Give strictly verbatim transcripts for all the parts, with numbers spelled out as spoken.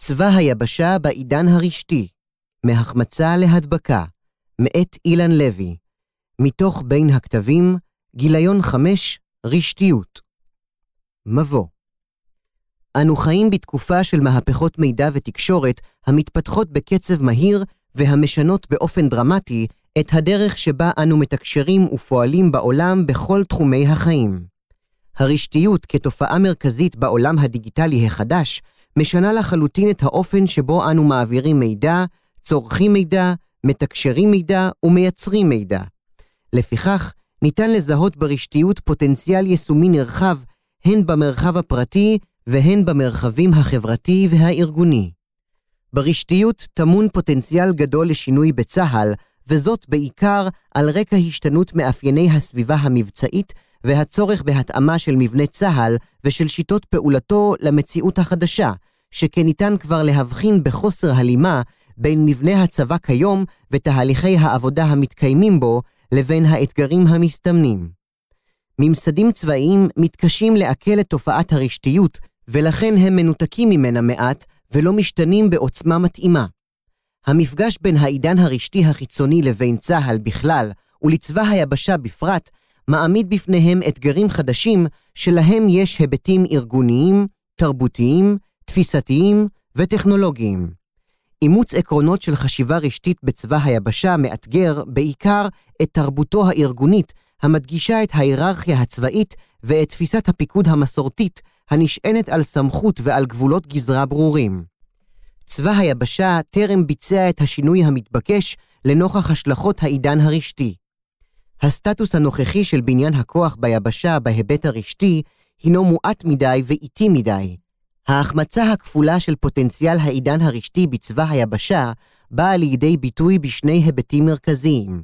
צבא היבשה בעידן הרשתי, מהחמצה להדבקה, מאת אילן לוי, מתוך בין הכתבים, גיליון חמש, רשתיות. מבוא. אנו חיים בתקופה של מהפכות מידע ותקשורת המתפתחות בקצב מהיר והמשנות באופן דרמטי את הדרך שבה אנו מתקשרים ופועלים בעולם בכל תחומי החיים. הרשתיות כתופעה מרכזית בעולם הדיגיטלי החדש משנה לחלוטין את האופן שבו אנו מעבירים מידע, צורכים מידע, מתקשרים מידע ומייצרים מידע. לפיכך, ניתן לזהות ברשתיות פוטנציאל יישומי נרחב הן במרחב הפרטי והן במרחבים החברתי והארגוני. ברשתיות טמון פוטנציאל גדול לשינוי בצה"ל, וזאת בעיקר על רקע השתנות מאפייני הסביבה המבצעית והצורך בהתאמה של מבנה צה"ל ושל שיטות פעולתו למציאות החדשה, שכן ניתן כבר להבחין בחוסר הלימה בין מבנה הצבא כיום ותהליכי העבודה המתקיימים בו לבין האתגרים המסתמנים. ממסדים צבאיים מתקשים לעכל את תופעת הרשתיות, ולכן הם מנותקים ממנה מעט ולא משתנים בעוצמה מתאימה. המפגש בין העידן הרשתי החיצוני לבין צה"ל בכלל ולצבא היבשה בפרט מעמיד בפניהם אתגרים חדשים שלהם יש היבטים ארגוניים, תרבותיים, תפיסתיים וטכנולוגיים. אימוץ עקרונות של חשיבה רשתית בצבא היבשה מאתגר בעיקר את תרבותו הארגונית המדגישה את ההיררכיה הצבאית ואת תפיסת הפיקוד המסורתית הנשענת על סמכות ועל גבולות גזרה ברורים. צבא היבשה טרם ביצע את השינוי המתבקש לנוכח השלכות העידן הרשתי. הסטטוס הנוכחי של בניין הכוח ביבשה בהיבט הרשתי הינו מועט מדי ואיטי מדי. ההחמצה הכפולה של פוטנציאל העידן הרשתי בצבא היבשה באה לידי ביטוי בשני היבטים מרכזיים.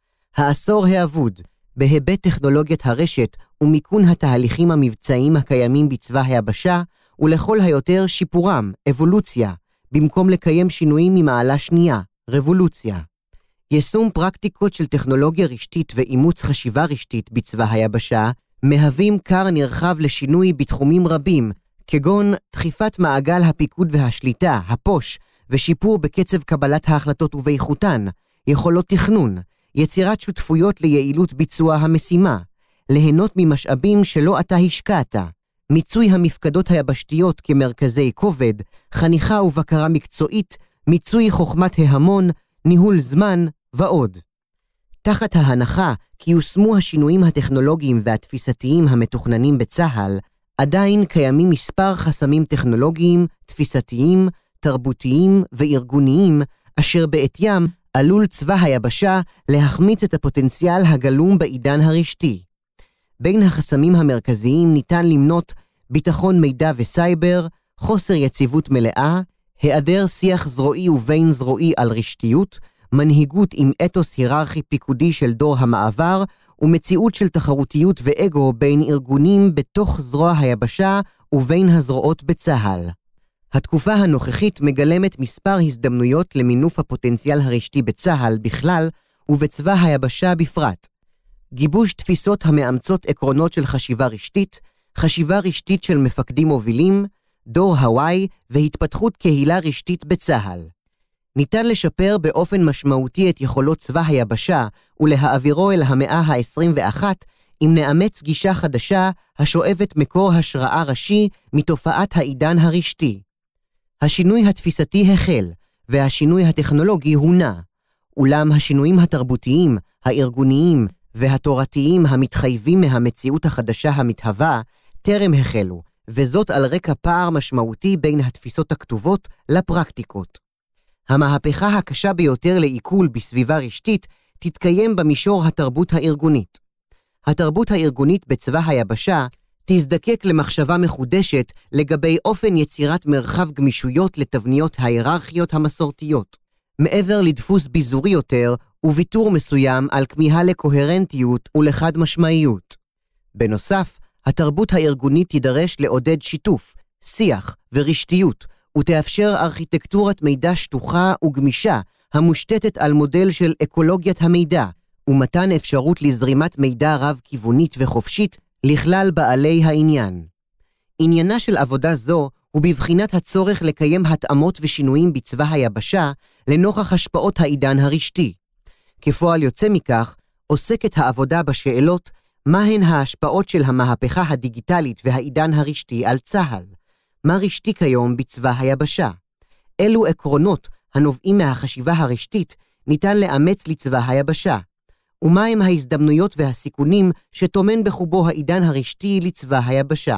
העשור האבוד, בהיבט טכנולוגיית הרשת ומיקון התהליכים המבצעיים הקיימים בצבא היבשה, ולכל היותר שיפורם, אבולוציה, במקום לקיים שינויים ממעלה שנייה, רבולוציה. יישום פרקטיקות של טכנולוגיה רשתית ואימוץ חשיבה רשתית בצבא היבשה מהווים כר נרחב לשינוי בתחומים רבים, כגון דחיפת מעגל הפיקוד והשליטה, הפוש, ושיפור בקצב קבלת ההחלטות ובאיכותן, יכולות תכנון, יצירת שותפויות ליעילות ביצוע המשימה, ליהנות ממשאבים שלא אתה השקעת, מיצוי המפקדות היבשתיות כמרכזי כובד, חניכה ובקרה מקצועית, מיצוי חוכמת ההמון, ניהול זמן ועוד. תחת ההנחה כי יושמו השינויים הטכנולוגיים והתפיסתיים המתוכננים בצה"ל, עדיין קיימים מספר חסמים טכנולוגיים, תפיסתיים, תרבותיים וארגוניים, אשר בעתיים עלול צבא היבשה להחמיץ את הפוטנציאל הגלום בעידן הרשתי. בין החסמים המרכזיים ניתן למנות ביטחון מידע וסייבר, חוסר יציבות מלאה, היעדר שיח זרועי ובין זרועי על רשתיות, מנהיגות עם אתוס היררכי פיקודי של דור המעבר, ומציאות של תחרותיות ואגו בין ארגונים בתוך זרוע היבשה ובין הזרועות בצה"ל. התקופה הנוכחית מגלמת מספר הזדמנויות למינוף הפוטנציאל הרשתי בצה"ל בכלל ובצבא היבשה בפרט. גיבוש תפיסות המאמצות עקרונות של חשיבה רשתית, חשיבה רשתית של מפקדים מובילים, דור הוואי והתפתחות קהילה רשתית בצה"ל. ניתן לשפר באופן משמעותי את יכולות צבא היבשה ולהעבירו אל המאה ה-עשרים ואחת אם נאמץ גישה חדשה השואבת מקור השראה ראשי מתופעת העידן הרשתי. השינוי התפיסתי החל והשינוי הטכנולוגי הונע, אולם השינויים התרבותיים, הארגוניים והתורתיים המתחייבים מהמציאות החדשה המתהווה טרם החלו, וזאת על רקע פער משמעותי בין התפיסות הכתובות לפרקטיקות. המהפכה הקשה ביותר לעיכול בסביבה רשתית תתקיים במישור התרבות הארגונית. התרבות הארגונית בצבא היבשה תזדקק למחשבה מחודשת לגבי אופן יצירת מרחב גמישויות לתבניות ההיררכיות המסורתיות, מעבר לדפוס ביזורי יותר וויתור מסוים על כמיהה לקוהרנטיות ולחד משמעיות. בנוסף, התרבות הארגונית תידרש לעודד שיתוף, שיח ורשתיות, ותאפשר ארכיטקטורת מידע שטוחה וגמישה המושתתת על מודל של אקולוגיית המידע, ומתן אפשרות לזרימת מידע רב-כיוונית וחופשית לכלל בעלי העניין. עניינה של עבודה זו ובבחינת הצורך לקיים התאמות ושינויים בצבא היבשה לנוכח השפעות העידן הרשתי. כפועל יוצא מכך, עוסקת העבודה בשאלות מהן ההשפעות של המהפכה הדיגיטלית והעידן הרשתי על צה"ל, מה רשתי כיום בצבא היבשה, אילו עקרונות הנובעים מהחשיבה הרשתית ניתן לאמץ לצבא היבשה, ומהם ההזדמנויות והסיכונים שטומן בחובו העידן הרשתי לצבא היבשה.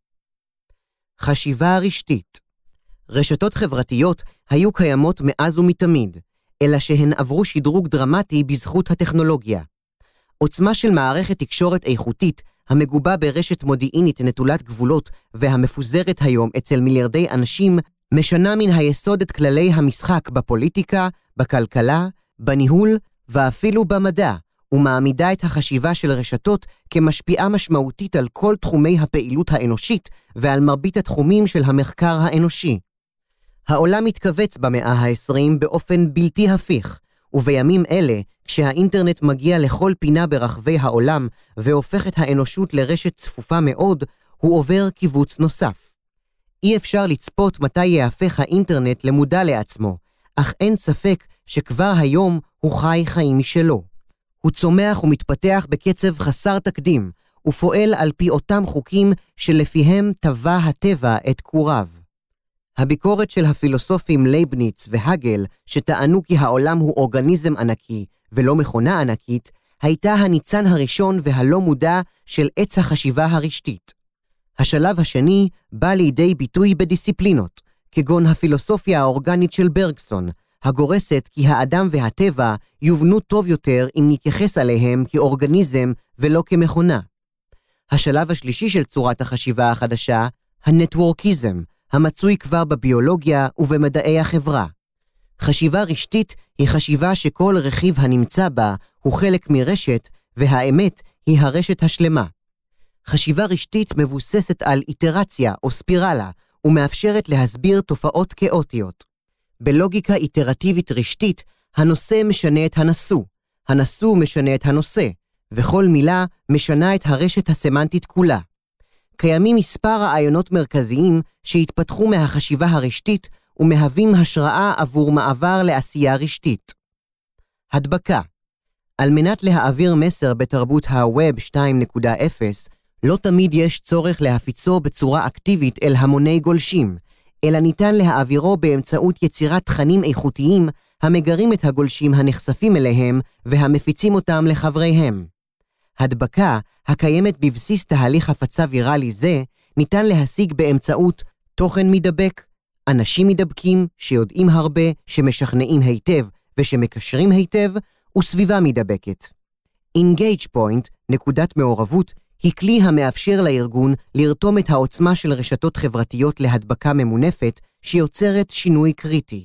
חשיבה רשתית. רשתות חברתיות היו קיימות מאז ומתמיד, אלא שהן עברו שדרוג דרמטי בזכות הטכנולוגיה. עוצמה של מערכת תקשורת איכותית, המגובה ברשת מודיעינית נטולת גבולות והמפוזרת היום אצל מיליארדי אנשים, משנה מן היסוד את כללי המשחק בפוליטיקה, בכלכלה, בניהול ואפילו במדע, ומעמידה את החשיבה של רשתות כמשפיעה משמעותית על כל תחומי הפעילות האנושית ועל מרבית התחומים של המחקר האנושי. העולם מתכווץ במאה העשרים באופן בלתי הפיך, ובימים אלה, כשהאינטרנט מגיע לכל פינה ברחבי העולם והופך את האנושות לרשת צפופה מאוד, הוא עובר קיבוץ נוסף. אי אפשר לצפות מתי יהפך האינטרנט למודע לעצמו, אך אין ספק שכבר היום הוא חי חיים משלו. הוא צומח ומתפתח בקצב חסר תקדים, ופועל על פי אותם חוקים שלפיהם טבע הטבע את כוריו. הביקורת של הפילוסופים לייבניץ והגל, שטענו כי העולם הוא אורגניזם ענקי ולא מכונה ענקית, הייתה הניצן הראשון והלא מודע של עץ החשיבה הרשתית. השלב השני בא לידי ביטוי בדיסציפלינות, כגון הפילוסופיה האורגנית של ברגסון, הגורסת כי האדם והטבע יובנו טוב יותר אם נתייחס עליהם כאורגניזם ולא כמכונה. השלב השלישי של צורת החשיבה החדשה, הנטוורקיזם, המצוי כבר בביולוגיה ובמדעי החברה. חשיבה רשתית היא חשיבה שכל רכיב הנמצא בה הוא חלק מרשת, והאמת היא הרשת השלמה. חשיבה רשתית מבוססת על איטרציה או ספירלה, ומאפשרת להסביר תופעות כאוטיות. בלוגיקה איטרטיבית רשתית, הנושא משנה את הנשוא, הנשוא משנה את הנושא, וכל מילה משנה את הרשת הסמנטית כולה. קיימים מספר רעיונות מרכזיים שהתפתחו מהחשיבה הרשתית ומהווים השראה עבור מעבר לעשייה רשתית. הדבקה. על מנת להעביר מסר בתרבות ה-Web שתיים נקודה אפס, לא תמיד יש צורך להפיצו בצורה אקטיבית אל המוני גולשים, אלא ניתן להעבירו באמצעות יצירת תכנים איכותיים המגרים את הגולשים הנחשפים אליהם והמפיצים אותם לחבריהם. הדבקה, הקיימת בבסיס תהליך הפצה ויראלי זה, ניתן להשיג באמצעות תוכן מדבק, אנשים מדבקים שיודעים הרבה, שמשכנעים היטב ושמקשרים היטב, וסביבה מדבקת. Engage Point, נקודת מעורבות, היא כלי המאפשר לארגון לרתום את העוצמה של רשתות חברתיות להדבקה ממונפת שיוצרת שינוי קריטי.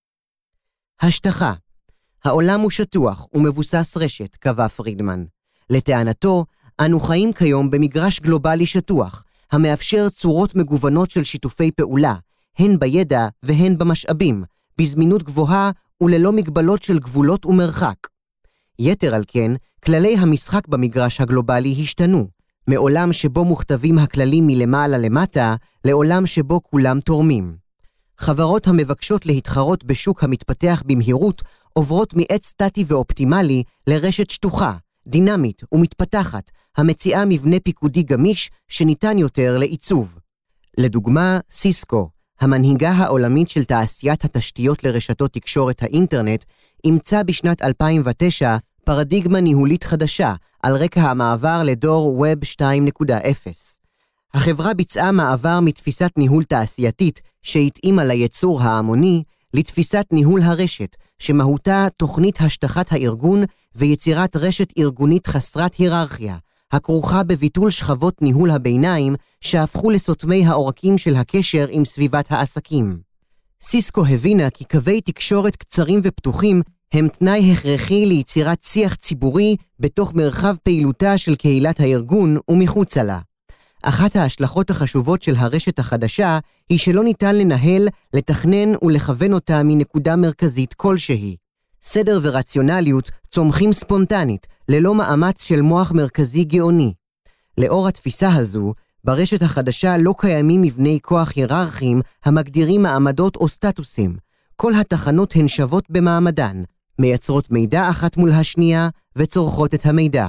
השטחה. העולם הוא שטוח ומבוסס רשת, קבע פרידמן. לטענתו, אנו חיים כיום במגרש גלובלי שטוח, המאפשר צורות מגוונות של שיתופי פעולה, הן בידע והן במשאבים, בזמינות גבוהה וללא מגבלות של גבולות ומרחק. יתר על כן, כללי המשחק במגרש הגלובלי השתנו, מעולם שבו מוכתבים הכללים מלמעלה למטה, לעולם שבו כולם תורמים. חברות המבקשות להתחרות בשוק המתפתח במהירות, עוברות מעץ סטטי ואופטימלי לרשת שטוחה, דינמית ומתפתחת, המציעה מבנה פיקודי גמיש שניתן יותר לעיצוב. לדוגמה, סיסקו, המנהיגה העולמית של תעשיית התשתיות לרשתות תקשורת האינטרנט, אימצה בשנת אלפיים ותשע פרדיגמה ניהולית חדשה על רקע המעבר לדור ווב שתיים נקודה אפס. החברה ביצעה מעבר מתפיסת ניהול תעשייתית שהתאימה ליצור ההמוני לתפיסת ניהול הרשת, שמהותה תוכנית השטחת הארגון ויצירת רשת ארגונית חסרת היררכיה, הכרוכה בביטול שכבות ניהול הביניים שהפכו לסותמי העורקים של הקשר עם סביבת העסקים. סיסקו הבינה כי קווי תקשורת קצרים ופתוחים הם תנאי הכרחי ליצירת שיח ציבורי בתוך מרחב פעילותה של קהילת הארגון ומחוצה לה. אחת ההשלכות החשובות של הרשת החדשה היא שלא ניתן לנהל, לתכנן ולכוון אותה מנקודה מרכזית כלשהי. סדר ורציונליות צומחים ספונטנית, ללא מאמץ של מוח מרכזי גאוני. לאור התפיסה הזו, ברשת החדשה לא קיימים מבני כוח היררכיים המגדירים מעמדות או סטטוסים. כל התחנות הן שוות במעמדן, מייצרות מידע אחת מול השנייה וצורכות את המידע.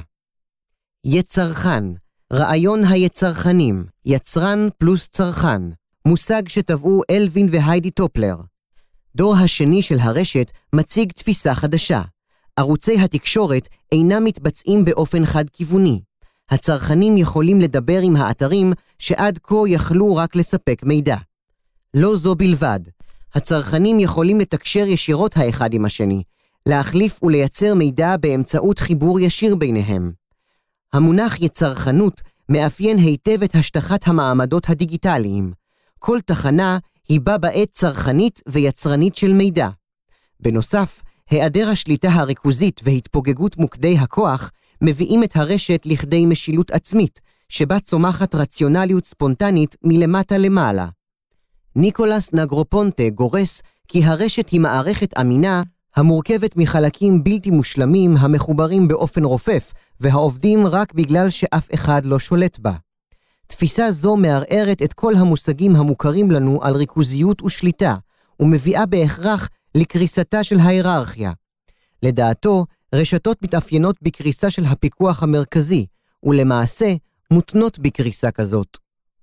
יצרחן, רעיון היצרחנים, יצרן פלוס צרכן, מושג שטבעו אלווין והיידי טופלר. דור השני של הרשת מציג תפיסה חדשה. ערוצי התקשורת אינם מתבצעים באופן חד-כיווני. הצרכנים יכולים לדבר עם האתרים שעד כה יכלו רק לספק מידע. לא זו בלבד, הצרכנים יכולים לתקשר ישירות האחד עם השני, להחליף ולייצר מידע באמצעות חיבור ישיר ביניהם. המונח יצרחנות מאפיין היטב את השטחת המעמדות הדיגיטליים. כל תחנה היא בה בעת צרכנית ויצרנית של מידע. בנוסף, היעדר השליטה הריכוזית והתפוגגות מוקדי הכוח מביאים את הרשת לכדי משילות עצמית, שבה צומחת רציונליות ספונטנית מלמטה למעלה. ניקולס נגרופונטה גורס כי הרשת היא מערכת אמינה המורכבת מחלקים בלתי מושלמים המחוברים באופן רופף והעובדים רק בגלל שאף אחד לא שולט בה. תפיסה זו מערערת את כל המושגים המוכרים לנו על ריכוזיות ושליטה, ומביאה בהכרח לקריסתה של ההיררכיה. לדעתו, רשתות מתאפיינות בקריסה של הפיקוח המרכזי, ולמעשה מותנות בקריסה כזאת.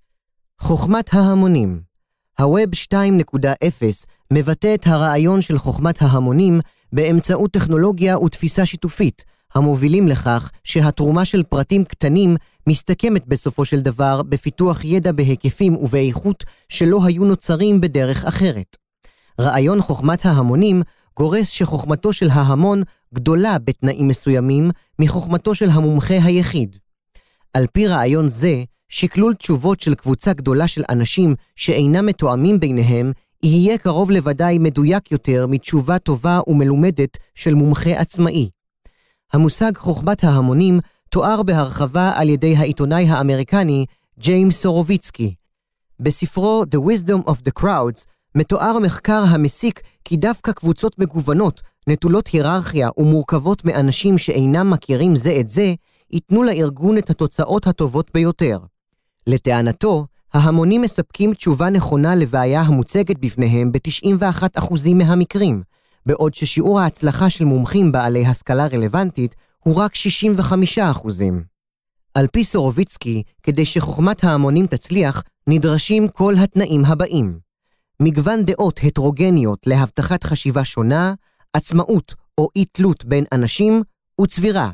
חוכמת ההמונים. הווב שתיים נקודה אפס מבטא את הרעיון של חוכמת ההמונים באמצעות טכנולוגיה ותפיסה שיתופית, המובילים לכך שהתרומה של פרטים קטנים מסתכמת בסופו של דבר בפיתוח ידע בהיקפים ובאיכות שלא היו נוצרים בדרך אחרת. רעיון חוכמת ההמונים גורס שחוכמתו של ההמון גדולה בתנאים מסוימים מחוכמתו של המומחה היחיד. על פי רעיון זה, שקלול תשובות של קבוצה גדולה של אנשים שאינם מתואמים ביניהם, יהיה קרוב לוודאי מדויק יותר מתשובה טובה ומלומדת של מומחה עצמאי. המושג חוכמת ההמונים תואר בהרחבה על ידי העיתונאי האמריקני ג'יימס סורוביצקי. בספרו The Wisdom of the Crowds מתואר מחקר המסיק כי דווקא קבוצות מגוונות, נטולות היררכיה ומורכבות מאנשים שאינם מכירים זה את זה, ייתנו לארגון את התוצאות הטובות ביותר. לטענתו, ההמונים מספקים תשובה נכונה לבעיה המוצגת בפניהם ב-תשעים ואחד אחוז מהמקרים, בעוד ששיעור ההצלחה של מומחים בעלי השכלה רלוונטית הוא רק שישים וחמישה אחוז. על פי סורוביצקי, כדי שחוכמת ההמונים תצליח, נדרשים כל התנאים הבאים: מגוון דעות הטרוגניות להבטחת חשיבה שונה, עצמאות או אי-תלות בין אנשים וצבירה.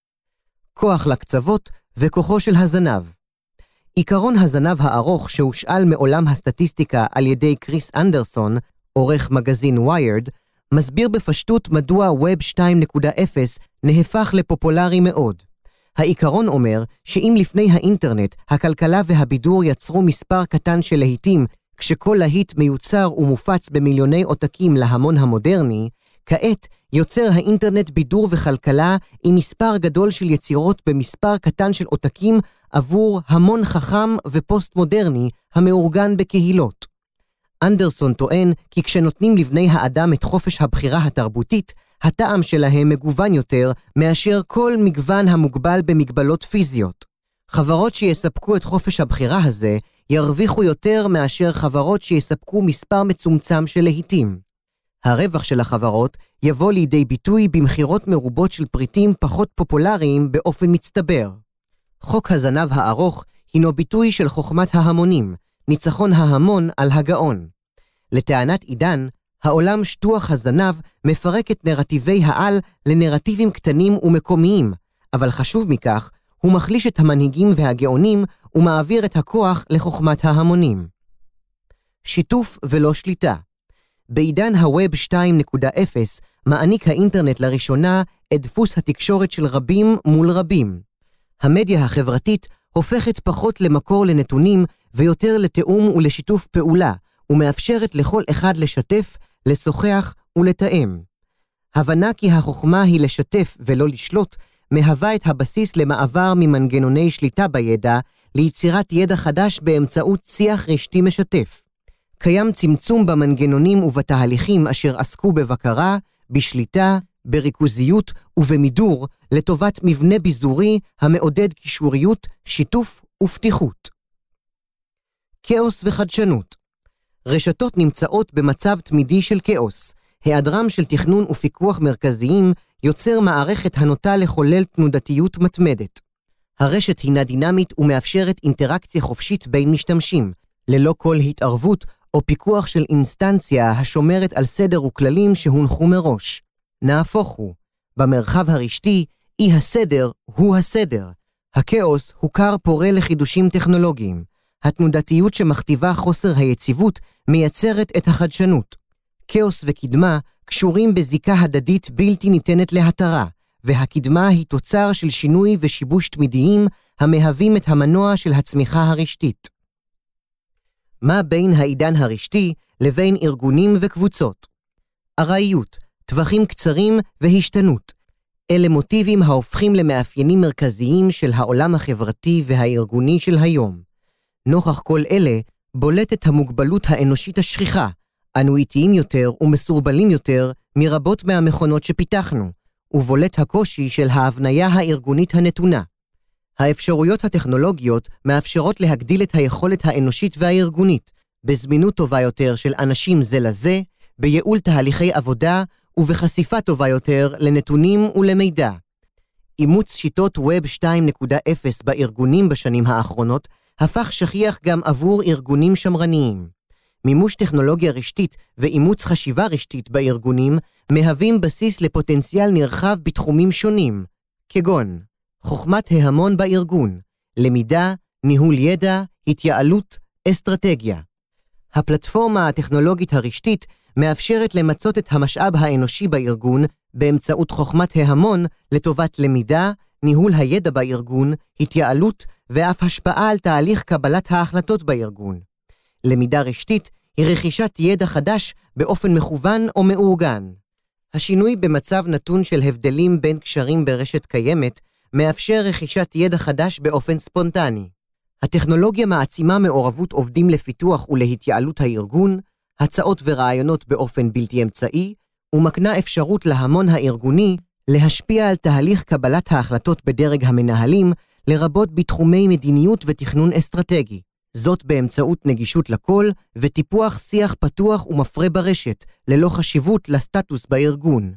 כוח לקצוות וכוחו של הזנב. עיקרון הזנב הארוך שהושאל מעולם הסטטיסטיקה על ידי קריס אנדרסון, עורך מגזין ויירד, מסביר בפשטות מדוע ווב שתיים נקודה אפס נהפך לפופולרי מאוד. העיקרון אומר שאם לפני האינטרנט הכלכלה והבידור יצרו מספר קטן של להיטים, כשכל להיט מיוצר ומופץ במיליוני עותקים להמון המודרני, כעת יוצר האינטרנט בידור וכלכלה עם מספר גדול של יצירות במספר קטן של עותקים עבור המון חכם ופוסט-מודרני המאורגן בקהילות. אנדרסון טוען כי כשנותנים לבני האדם את חופש הבחירה התרבותית, הטעם שלהם מגוון יותר מאשר כל מגוון המוגבל במגבלות פיזיות. חברות שיספקו את חופש הבחירה הזה ירוויחו יותר מאשר חברות שיספקו מספר מצומצם של להיטים. הרווח של החברות יבוא לידי ביטוי במחירות מרובות של פריטים פחות פופולריים באופן מצטבר. חוק הזנב הארוך הינו ביטוי של חוכמת ההמונים, ניצחון ההמון על הגאון. לטענת עידן, העולם שטוח הזנב מפרק את נרטיבי העל לנרטיבים קטנים ומקומיים, אבל חשוב מכך, הוא מחליש את המנהיגים והגאונים ומעביר את הכוח לחוכמת ההמונים. שיתוף ולא שליטה. בעידן הווב שתיים נקודה אפס מעניק האינטרנט לראשונה את דפוס התקשורת של רבים מול רבים. המדיה החברתית הופכת פחות למקור לנתונים ויותר לתאום ולשיתוף פעולה, ומאפשרת לכל אחד לשתף, לשוחח ולתאם. הבנה כי החוכמה היא לשתף ולא לשלוט, מהווה את הבסיס למעבר ממנגנוני שליטה בידע, ליצירת ידע חדש באמצעות שיח רשתי משתף. קיים צמצום במנגנונים ובתהליכים אשר עסקו בבקרה, בשליטה, בריכוזיות ובמידור, לטובת מבנה ביזורי המעודד קישוריות, שיתוף ופתיחות. כאוס וחדשנות. רשתות נמצאות במצב תמידי של כאוס. היעדרם של תכנון ופיקוח מרכזיים יוצר מערכת הנוטה לחולל תנודתיות מתמדת. הרשת הינה דינמית ומאפשרת אינטראקציה חופשית בין משתמשים, ללא כל התערבות או פיקוח של אינסטנציה השומרת על סדר וכללים שהונחו מראש. נהפוך הוא, במרחב הרשתי, אי הסדר הוא הסדר. הכאוס הוא כר פורה לחידושים טכנולוגיים. התנודתיות שמכתיבה חוסר היציבות מייצרת את החדשנות. כאוס וקדמה קשורים בזיקה הדדית בלתי ניתנת להתרה, והקדמה היא תוצר של שינוי ושיבוש תמידיים המהווים את המנוע של הצמיחה הרשתית. מה בין העידן הרשתי לבין ארגונים וקבוצות? ארעיות, טווחים קצרים והשתנות. אלה מוטיבים ההופכים למאפיינים מרכזיים של העולם החברתי והארגוני של היום. נוכח כל אלה, בולטת המוגבלות האנושית השכיחה, אנו איטיים יותר ומסורבלים יותר מרבות מהמכונות שפיתחנו, ובולט הקושי של ההבניה הארגונית הנתונה. האפשרויות הטכנולוגיות מאפשרות להגדיל את היכולת האנושית והארגונית, בזמינות טובה יותר של אנשים זה לזה, בייעול תהליכי עבודה ובחשיפה טובה יותר לנתונים ולמידע. אימוץ שיטות ווב שתיים נקודה אפס בארגונים בשנים האחרונות הפך שכיח גם עבור ארגונים שמרניים. מימוש טכנולוגיה רשתית ואימוץ חשיבה רשתית בארגונים מהווים בסיס לפוטנציאל נרחב בתחומים שונים, כגון חוכמת ההמון בארגון, למידה, ניהול ידע, התייעלות, אסטרטגיה. הפלטפורמה הטכנולוגית הרשתית מאפשרת למצות את המשאב האנושי בארגון באמצעות חוכמת ההמון לטובת למידה, ניהול הידע בארגון, התייעלות ואף השפעה על תהליך קבלת ההחלטות בארגון. למידה רשתית היא רכישת ידע חדש באופן מכוון או מאורגן. השינוי במצב נתון של הבדלים בין קשרים ברשת קיימת מאפשר רכישת ידע חדש באופן ספונטני. הטכנולוגיה מעצימה מעורבות עובדים לפיתוח ולהתייעלות הארגון, הצעות ורעיונות באופן בלתי אמצעי, ומקנה אפשרות להמון הארגוני להשפיע על תהליך קבלת ההחלטות בדרג המנהלים, לרבות בתחומי מדיניות ותכנון אסטרטגי. זאת באמצעות נגישות לכל וטיפוח שיח פתוח ומפרה ברשת, ללא חשיבות לסטטוס בארגון.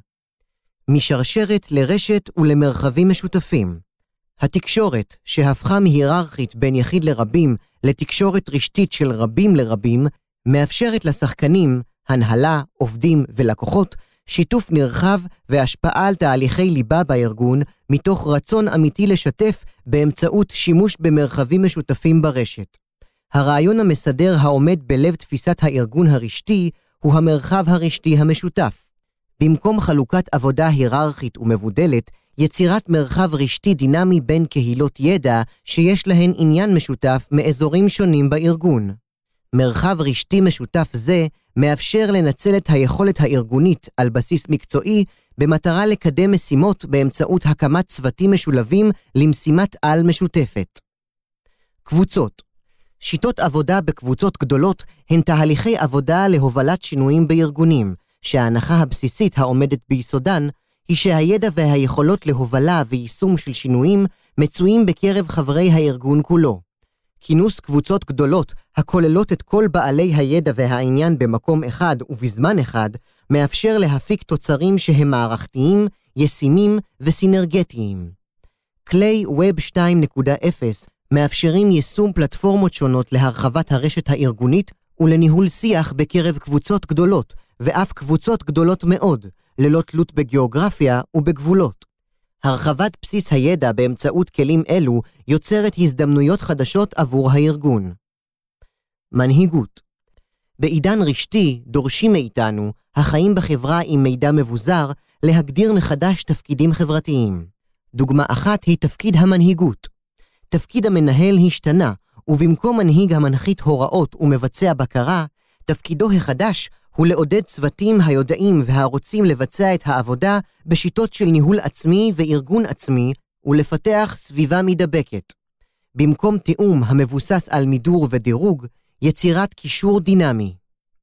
משרשרת לרשת ולמרחבים משותפים. התקשורת, שהפכה מהיררכית בין יחיד לרבים לתקשורת רשתית של רבים לרבים, מאפשרת לשחקנים, הנהלה, עובדים ולקוחות, שיתוף נרחב והשפעה על תהליכי ליבה בארגון, מתוך רצון אמיתי לשתף באמצעות שימוש במרחבים משותפים ברשת. הרעיון המסדר העומד בלב תפיסת הארגון הרשתי הוא המרחב הרשתי המשותף. במקום חלוקת עבודה היררכית ומבודלת, יצירת מרחב רשתי דינמי בין קהילות ידע שיש להן עניין משותף מאזורים שונים בארגון. מרחב רשתי משותף זה מאפשר לנצל את היכולת הארגונית על בסיס מקצועי במטרה לקדם משימות באמצעות הקמת צוותים משולבים למשימת על משותפת. קבוצות. שיטות עבודה בקבוצות גדולות הן תהליכי עבודה להובלת שינויים בארגונים, שההנחה הבסיסית העומדת ביסודן היא שהידע והיכולות להובלה ויישום של שינויים מצויים בקרב חברי הארגון כולו. כינוס קבוצות גדולות הכוללות את כל בעלי הידע והעניין במקום אחד ובזמן אחד מאפשר להפיק תוצרים שהם מערכתיים, ישימים וסינרגטיים. כלי ווב שתיים נקודה אפס מאפשרים יישום פלטפורמות שונות להרחבת הרשת הארגונית ולניהול שיח בקרב קבוצות גדולות ואף קבוצות גדולות מאוד, ללא תלות בגיאוגרפיה ובגבולות. הרחבת בסיס הידע באמצעות כלים אלו יוצרת הזדמנויות חדשות עבור הארגון. מנהיגות. בעידן רשתי דורשים מאיתנו, החיים בחברה עם מידע מבוזר, להגדיר מחדש תפקידים חברתיים. דוגמה אחת היא תפקיד המנהיגות. תפקיד המנהל השתנה, ובמקום מנהיג המנחית הוראות ומבצע בקרה, תפקידו החדש הוא לעודד צוותים היודעים והרוצים לבצע את העבודה בשיטות של ניהול עצמי וארגון עצמי, ולפתח סביבה מדבקת. במקום תיאום המבוסס על מידור ודירוג, יצירת קישור דינמי.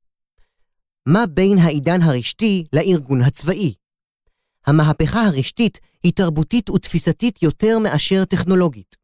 מה בין העידן הרשתי לארגון הצבאי? המהפכה הרשתית היא תרבותית ותפיסתית יותר מאשר טכנולוגית.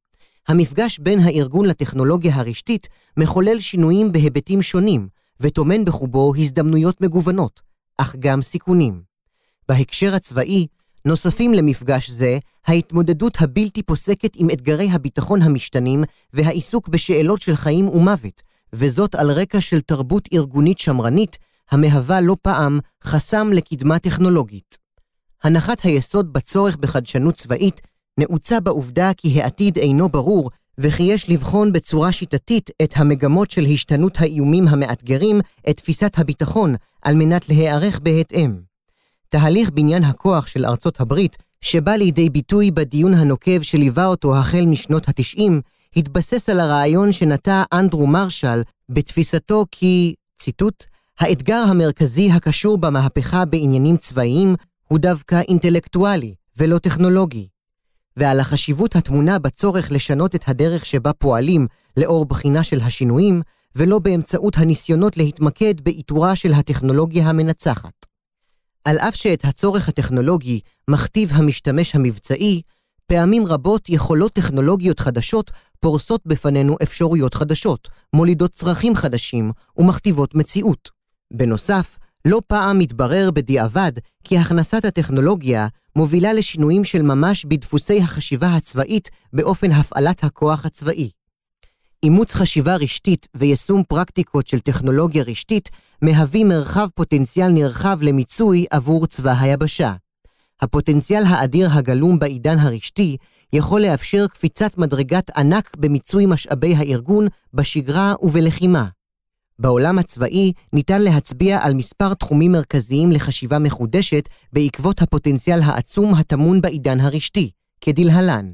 המפגש בין הארגון לטכנולוגיה הרשתית מחולל שינויים בהיבטים שונים, וטומן בחובו הזדמנויות מגוונות, אך גם סיכונים. בהקשר הצבאי, נוספים למפגש זה ההתמודדות הבלתי פוסקת עם אתגרי הביטחון המשתנים והעיסוק בשאלות של חיים ומוות, וזאת על רקע של תרבות ארגונית שמרנית, המהווה לא פעם חסם לקדמה טכנולוגית. הנחת היסוד בצורך בחדשנות צבאית נעוצה בעובדה כי העתיד אינו ברור, וכי יש לבחון בצורה שיטתית את המגמות של השתנות האיומים המאתגרים את תפיסת הביטחון על מנת להיערך בהתאם. תהליך בניין הכוח של ארצות הברית, שבא לידי ביטוי בדיון הנוקב שליווה אותו החל משנות התשעים, התבסס על הרעיון שנטע אנדרו מרשל בתפיסתו כי, ציטוט, האתגר המרכזי הקשור במהפכה בעניינים צבאיים הוא דווקא אינטלקטואלי ולא טכנולוגי, ועל החשיבות התמונה בצורך לשנות את הדרך שבה פועלים לאור בחינה של השינויים, ולא באמצעות הניסיונות להתמקד באיתורה של הטכנולוגיה המנצחת. על אף שאת הצורך הטכנולוגי מכתיב המשתמש המבצעי, פעמים רבות יכולות טכנולוגיות חדשות פורסות בפנינו אפשרויות חדשות, מולידות צרכים חדשים ומכתיבות מציאות. בנוסף, לא פעם מתברר בדיעבד כי הכנסת הטכנולוגיה מובילה לשינויים של ממש בדפוסי החשיבה הצבאית באופן הפעלת הכוח הצבאי. אימוץ חשיבה רשתית ויישום פרקטיקות של טכנולוגיה רשתית מהווים מרחב פוטנציאל נרחב למיצוי עבור צבא היבשה. הפוטנציאל האדיר הגלום בעידן הרשתי יכול לאפשר קפיצת מדרגת ענק במיצוי משאבי הארגון בשגרה ובלחימה. בעולם הצבאי ניתן להצביע על מספר תחומים מרכזיים לחשיבה מחודשת בעקבות הפוטנציאל העצום הטמון בעידן הרשתי, כדלהלן.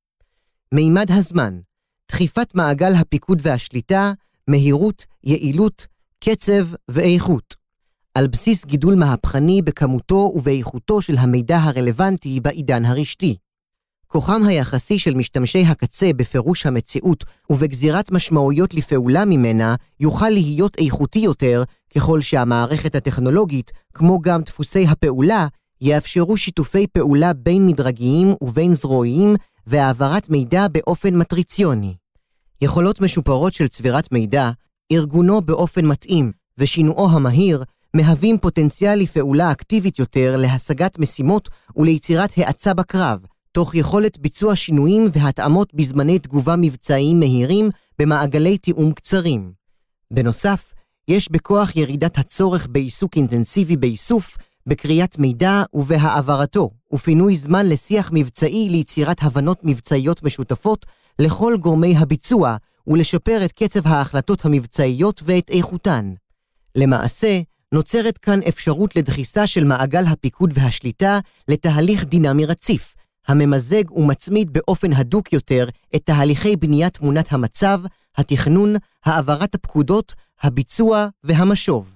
מימד הזמן, דחיפת מעגל הפיקוד והשליטה, מהירות, יעילות, קצב ואיכות. על בסיס גידול מהפכני בכמותו ובאיכותו של המידע הרלוונטי בעידן הרשתי. כוחם היחסי של משתמשי הקצה בפירוש המציאות ובגזירת משמעויות לפעולה ממנה יוכל להיות איכותי יותר ככל שהמערכת הטכנולוגית, כמו גם דפוסי הפעולה, יאפשרו שיתופי פעולה בין מדרגיים ובין זרועיים והעברת מידע באופן מטריציוני. יכולות משופרות של צבירת מידע, ארגונו באופן מתאים ושינועו המהיר מהווים פוטנציאל לפעולה אקטיבית יותר להשגת משימות וליצירת האצה בקרב, תוך יכולת ביצוע שינויים והתאמות בזמני תגובה מבצעיים מהירים במעגלי תיאום קצרים. בנוסף, יש בכוח ירידת הצורך בעיסוק אינטנסיבי באיסוף, בקריאת מידע ובהעברתו, ופינוי זמן לשיח מבצעי ליצירת הבנות מבצעיות משותפות לכל גורמי הביצוע, ולשפר את קצב ההחלטות המבצעיות ואת איכותן. למעשה, נוצרת כאן אפשרות לדחיסה של מעגל הפיקוד והשליטה לתהליך דינמי רציף, הממזג ומצמיד באופן הדוק יותר את תהליכי בניית תמונת המצב, התכנון, העברת הפקודות, הביצוע והמשוב.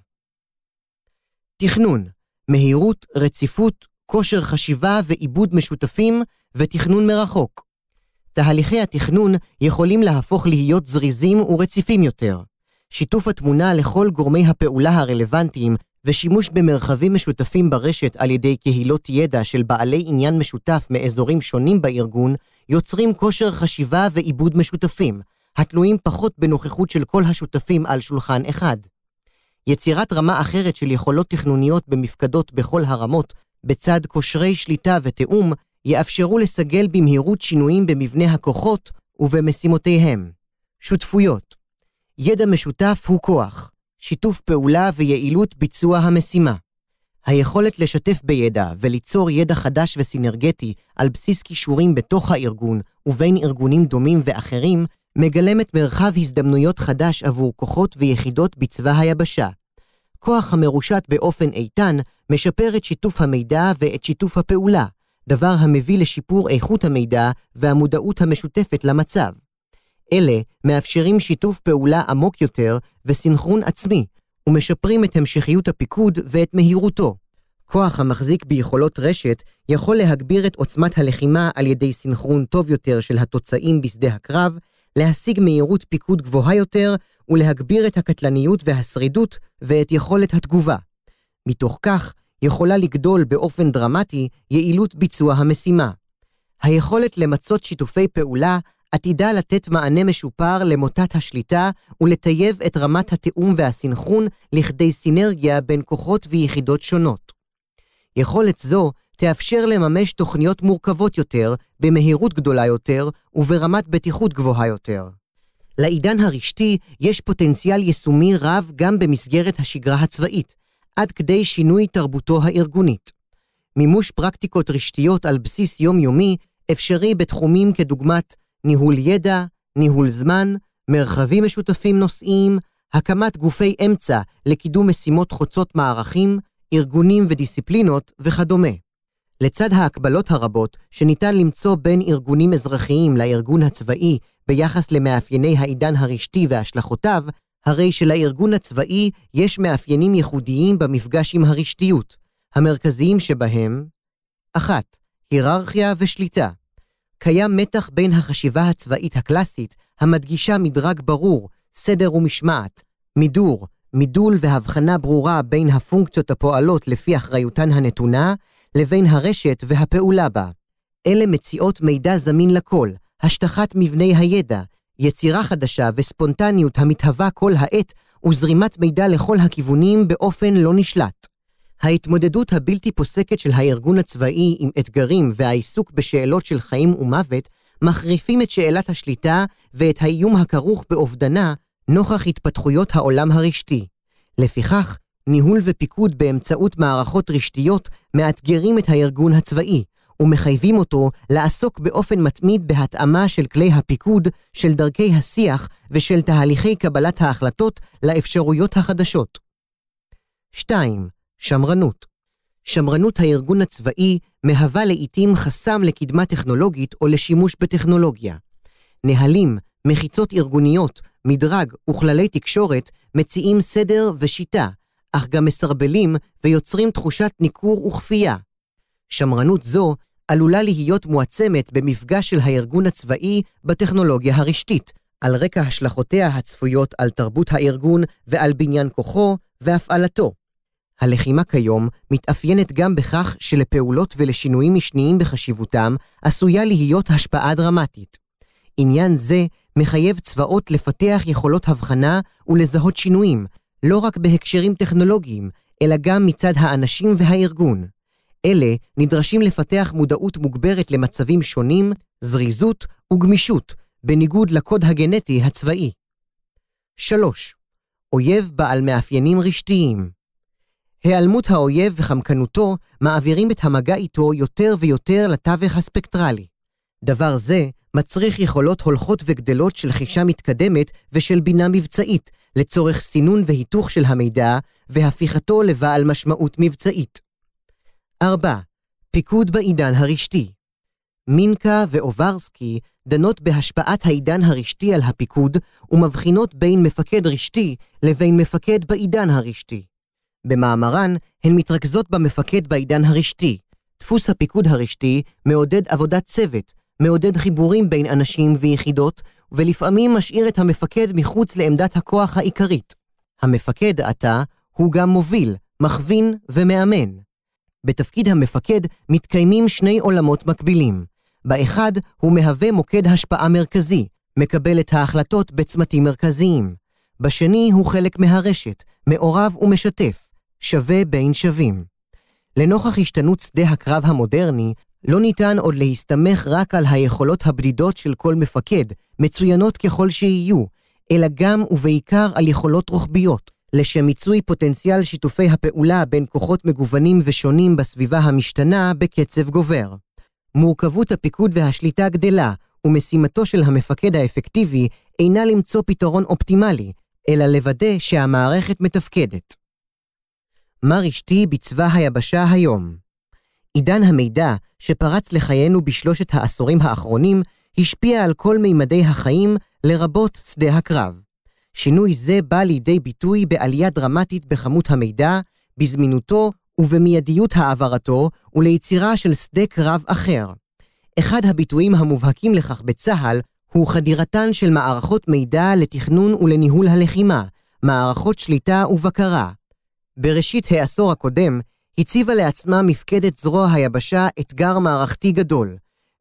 תכנון, מהירות, רציפות, כושר חשיבה ועיבוד משותפים ותכנון מרחוק. תהליכי התכנון יכולים להפוך להיות זריזים ורציפים יותר. שיתוף התמונה לכל גורמי הפעולה הרלוונטיים ושימוש במרחבים משותפים ברשת על ידי קהילות ידע של בעלי עניין משותף מאזורים שונים בארגון, יוצרים כושר חשיבה ועיבוד משותפים, התלויים פחות בנוכחות של כל השותפים על שולחן אחד. יצירת רמה אחרת של יכולות תכנוניות במפקדות בכל הרמות, בצד כושרי שליטה ותאום, יאפשרו לסגל במהירות שינויים במבנה הכוחות ובמשימותיהם. שותפויות. ידע משותף הוא כוח, שיתוף פעולה ויעילות ביצוע המשימה. היכולת לשתף בידע וליצור ידע חדש וסינרגטי על בסיס כישורים בתוך הארגון ובין ארגונים דומים ואחרים, מגלמת מרחב הזדמנויות חדש עבור כוחות ויחידות בצבא היבשה. כוח המרושת באופן איתן משפר את שיתוף המידע ואת שיתוף הפעולה, דבר המביא לשיפור איכות המידע והמודעות המשותפת למצב. אלה מאפשרים שיתוף פעולה עמוק יותר וסינכרון עצמי, ומשפרים את המשכיות הפיקוד ואת מהירותו. כוח המחזיק ביכולות רשת יכול להגביר את עוצמת הלחימה על ידי סינכרון טוב יותר של התוצאים בשדה הקרב, להשיג מהירות פיקוד גבוהה יותר ולהגביר את הקטלניות והשרידות ואת יכולת התגובה. מתוך כך יכולה לגדול באופן דרמטי יעילות ביצוע המשימה. היכולת למצות שיתופי פעולה עתידה לתת מענה משופר למוטת השליטה ולטייב את רמת התיאום והסינכרון לכדי סינרגיה בין כוחות ויחידות שונות. יכולת זו תאפשר לממש תוכניות מורכבות יותר, במהירות גדולה יותר וברמת בטיחות גבוהה יותר. לעידן הרשתי יש פוטנציאל יישומי רב גם במסגרת השגרה הצבאית, עד כדי שינוי תרבותו הארגונית. מימוש פרקטיקות רשתיות על בסיס יומיומי אפשרי בתחומים כדוגמת ניהול ידע, ניהול זמן, מרחבים משותפים נושאיים, הקמת גופי אמצע לקידום משימות חוצות מערכים, ארגונים ודיסציפלינות וכדומה. לצד ההקבלות הרבות שניתן למצוא בין ארגונים אזרחיים לארגון הצבאי ביחס למאפייני העידן הרשתי והשלכותיו, הרי שלארגון הצבאי יש מאפיינים ייחודיים במפגש עם הרשתיות, המרכזיים שבהם: אחת. היררכיה ושליטה. קיים מתח בין החשיבה הצבאית הקלאסית, המדגישה מדרג ברור, סדר ומשמעת, מידור, מידול והבחנה ברורה בין הפונקציות הפועלות לפי אחריותן הנתונה, לבין הרשת והפעולה בה. אלה מציעות מידע זמין לכל, השטחת מבני הידע, יצירה חדשה וספונטניות המתהווה כל העת, וזרימת מידע לכל הכיוונים באופן לא נשלט. ההתמודדות הבלתי פוסקת של הארגון הצבאי עם אתגרים והעיסוק בשאלות של חיים ומוות, מחריפים את שאלת השליטה ואת האיום הכרוך באובדנה, נוכח התפתחויות העולם הרשתי. לפיכך, ניהול ופיקוד באמצעות מערכות רשתיות מאתגרים את הארגון הצבאי, ומחייבים אותו לעסוק באופן מתמיד בהתאמה של כלי הפיקוד, של דרכי השיח ושל תהליכי קבלת ההחלטות לאפשרויות החדשות. שתיים. שמרנות. שמרנות הארגון הצבאי מהווה לעתים חסם לקדמה טכנולוגית או לשימוש בטכנולוגיה. נהלים, מחיצות ארגוניות, מדרג וכללי תקשורת מציעים סדר ושיטה, אך גם מסרבלים ויוצרים תחושת ניכור וכפייה. שמרנות זו עלולה להיות מועצמת במפגש של הארגון הצבאי בטכנולוגיה הרשתית, על רקע השלכותיה הצפויות על תרבות הארגון ועל בניין כוחו והפעלתו. הלחימה כיום מתאפיינת גם בכך שלפעולות ולשינויים משניים בחשיבותם עשויה להיות השפעה דרמטית. עניין זה מחייב צבאות לפתח יכולות הבחנה ולזהות שינויים, לא רק בהקשרים טכנולוגיים, אלא גם מצד האנשים והארגון. אלה נדרשים לפתח מודעות מוגברת למצבים שונים, זריזות וגמישות, בניגוד לקוד הגנטי הצבאי. שלוש. אויב בעל מאפיינים רשתיים. היעלמות האויב וחמקנותו מעבירים את המגע איתו יותר ויותר לתווך הספקטרלי. דבר זה מצריך יכולות הולכות וגדלות של חישה מתקדמת ושל בינה מבצעית, לצורך סינון והיתוך של המידע והפיכתו לבעל משמעות מבצעית. ארבע. פיקוד בעידן הרשתי. מינקה ואוברסקי דנות בהשפעת העידן הרשתי על הפיקוד ומבחינות בין מפקד רשתי לבין מפקד בעידן הרשתי. במאמרן הן מתרכזות במפקד בעידן הרשתי. דפוס הפיקוד הרשתי מעודד עבודת צוות, מעודד חיבורים בין אנשים ויחידות, ולפעמים משאיר את המפקד מחוץ לעמדת הכוח העיקרית. המפקד עתה הוא גם מוביל, מכווין ומאמן. בתפקיד המפקד מתקיימים שני עולמות מקבילים. באחד הוא מהווה מוקד השפעה מרכזי, מקבל את ההחלטות בצמתים מרכזיים. בשני הוא חלק מהרשת, מעורב ומשתף, שווה בין שווים. לנוכח השתנות שדה הקרב המודרני, לא ניתן עוד להסתמך רק על היכולות הבדידות של כל מפקד, מצוינות ככל שיהיו, אלא גם ובעיקר על יכולות רוחביות, לשם מיצוי פוטנציאל שיתופי הפעולה בין כוחות מגוונים ושונים בסביבה המשתנה בקצב גובר. מורכבות הפיקוד והשליטה גדלה, ומשימתו של המפקד האפקטיבי אינה למצוא פתרון אופטימלי, אלא לוודא שהמערכת מתפקדת. מה רשתי בצבא היבשה היום? עידן המידע שפרץ לחיינו בשלושת העשורים האחרונים השפיע על כל מימדי החיים לרבות שדה הקרב. שינוי זה בא לידי ביטוי בעלייה דרמטית בכמות המידע, בזמינותו ובמיידיות העברתו וליצירה של שדה קרב אחר. אחד הביטויים המובהקים לכך בצה"ל הוא חדירתן של מערכות מידע לתכנון ולניהול הלחימה, מערכות שליטה ובקרה. בראשית העשור הקודם הציבה לעצמה מפקדת זרוע היבשה אתגר מערכתי גדול.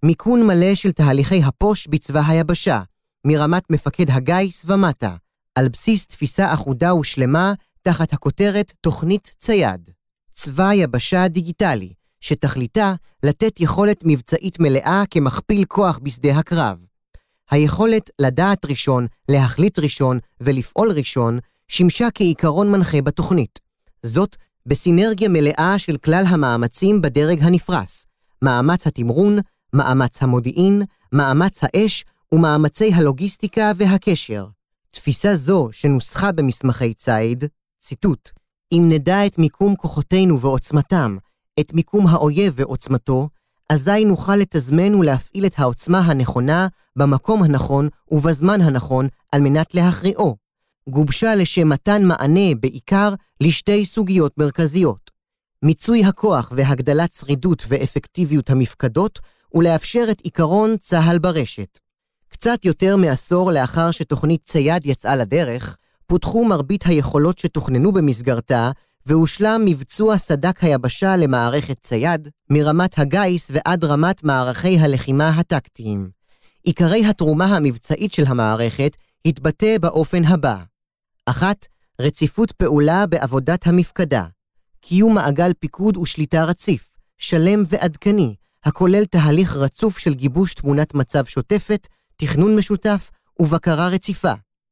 מיכון מלא של תהליכי הפוש בצבא היבשה, מרמת מפקד הגיס ומטה, על בסיס תפיסה אחודה ושלמה תחת הכותרת תוכנית צייד. צבא יבשה דיגיטלי, שתכליתה לתת יכולת מבצעית מלאה כמכפיל כוח בשדה הקרב. היכולת לדעת ראשון, להחליט ראשון ולפעול ראשון שימשה כעיקרון מנחה בתוכנית. זאת בסינרגיה מלאה של כלל המאמצים בדרג הנפרס, מאמץ התמרון, מאמץ המודיעין, מאמץ האש ומאמצי הלוגיסטיקה והקשר. תפיסה זו שנוסחה במסמכי ציד, ציטוט, אם נדע את מיקום כוחותינו ועוצמתם, את מיקום האויב ועוצמתו, אזי נוכל לתזמן ולהפעיל את העוצמה הנכונה במקום הנכון ובזמן הנכון על מנת להכריעו. גובשה לשם מתן מענה בעיקר לשתי סוגיות מרכזיות. מיצוי הכוח והגדלת שרידות ואפקטיביות המפקדות ולאפשר את עיקרון צהל ברשת. קצת יותר מעשור לאחר שתוכנית צייד יצאה לדרך, פותחו מרבית היכולות שתוכננו במסגרתה והושלם מבצוע סדק היבשה למערכת צייד, מרמת הגיס ועד רמת מערכי הלחימה הטקטיים. עיקרי התרומה המבצעית של המערכת התבטא באופן הבא. אחת, רציפות פעולה בעבודת המפקדה. קיום מעגל פיקוד ושליטה רציף, שלם ועדכני, הכולל תהליך רצוף של גיבוש תמונת מצב שוטפת, תכנון משותף ובקרה רציפה.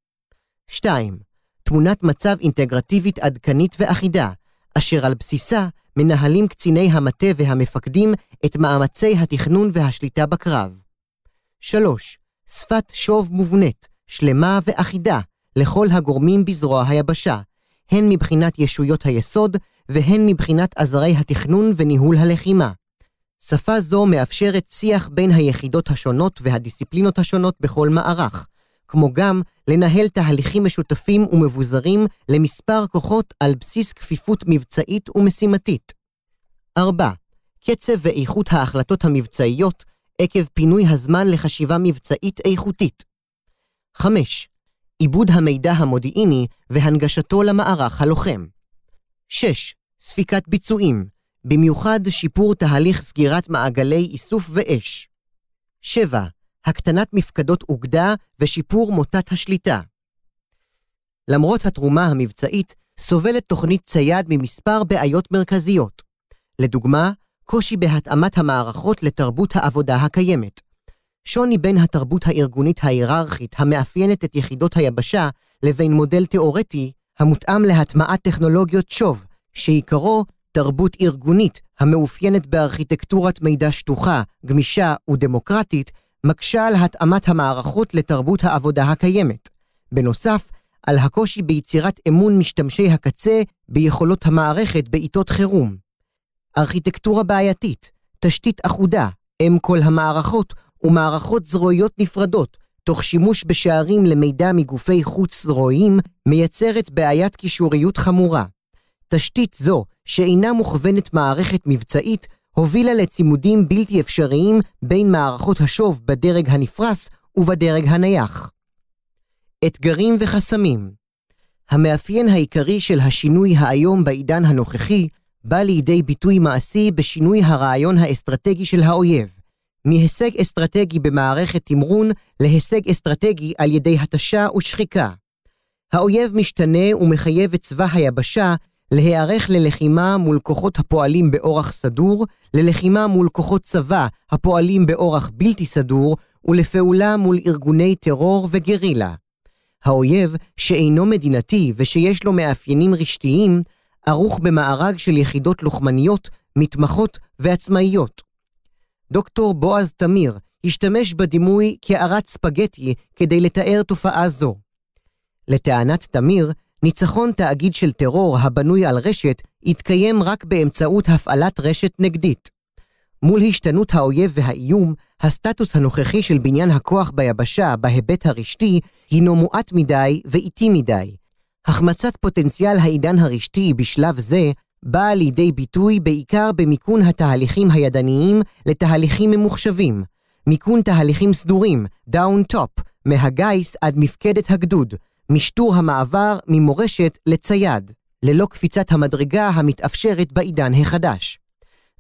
שתיים, תמונת מצב אינטגרטיבית עדכנית ואחידה, אשר על בסיסה מנהלים קציני המטה והמפקדים את מאמצי התכנון והשליטה בקרב. שלוש, שפת שוב מובנית, שלמה ואחידה, לכל הגורמים בזרוע היבשה, הן מבחינת ישויות היסוד והן מבחינת עזרי התכנון וניהול הלחימה. שפה זו מאפשרת שיח בין היחידות השונות והדיסציפלינות השונות בכל מערך, כמו גם לנהל תהליכים משותפים ומבוזרים למספר כוחות על בסיס כפיפות מבצעית ומשימתית. ארבע. קצב ואיכות ההחלטות המבצעיות עקב פינוי הזמן לחשיבה מבצעית איכותית. חמש. עיבוד המידע המודיעיני והנגשתו למערך הלוחם. שש. ספיקת ביצועים, במיוחד שיפור תהליך סגירת מעגלי איסוף ואש. שבע. הקטנת מפקדות אוגדה ושיפור מוטת השליטה. למרות התרומה המבצעית, סובלת תוכנית צייד ממספר בעיות מרכזיות. לדוגמה, קושי בהתאמת המערכות לתרבות העבודה הקיימת. שוני בין התרבות הארגונית ההיררכית המאפיינת את יחידות היבשה לבין מודל תיאורטי המותאם להטמעת טכנולוגיות שוב, שעיקרו תרבות ארגונית המאופיינת בארכיטקטורת מידע שטוחה, גמישה ודמוקרטית, מקשה על התאמת המערכות לתרבות העבודה הקיימת. בנוסף, על הקושי ביצירת אמון משתמשי הקצה ביכולות המערכת בעיתות חירום. ארכיטקטורה בעייתית, תשתית אחודה, אם כל המערכות ומערכות זרועיות נפרדות, תוך שימוש בשערים למידע מגופי חוץ זרועיים, מייצרת בעיית קישוריות חמורה. תשתית זו, שאינה מוכוונת מערכת מבצעית, הובילה לצימודים בלתי אפשריים בין מערכות השוב בדרג הנפרס ובדרג הנייח. אתגרים וחסמים. המאפיין העיקרי של השינוי היום בעידן הנוכחי בא לידי ביטוי מעשי בשינוי הרעיון האסטרטגי של האויב, מהישג אסטרטגי במערכת תמרון להישג אסטרטגי על ידי התשה ושחיקה. האויב משתנה ומחייב את צבא היבשה להיערך ללחימה מול כוחות הפועלים באורח סדור, ללחימה מול כוחות צבא הפועלים באורח בלתי סדור, ולפעולה מול ארגוני טרור וגרילה. האויב, שאינו מדינתי ושיש לו מאפיינים רשתיים, ערוך במארג של יחידות לוחמניות, מתמחות ועצמאיות. דוקטור בועז תמיר השתמש בדימוי כערת ספגטי כדי לתאר תופעה זו. לטענת תמיר, ניצחון תאגיד של טרור הבנוי על רשת יתקיים רק באמצעות הפעלת רשת נגדית. מול השתנות האויב והאיום, הסטטוס הנוכחי של בניין הכוח ביבשה בהיבט הרשתי הינו מועט מדי ואיטי מדי. החמצת פוטנציאל העידן הרשתי בשלב זה באה לידי ביטוי בעיקר במיקון התהליכים הידניים לתהליכים ממוחשבים, מיקון תהליכים סדורים, דאון טופ, מהגייס עד מפקדת הגדוד, משטור המעבר ממורשת לצייד, ללא קפיצת המדרגה המתאפשרת בעידן החדש.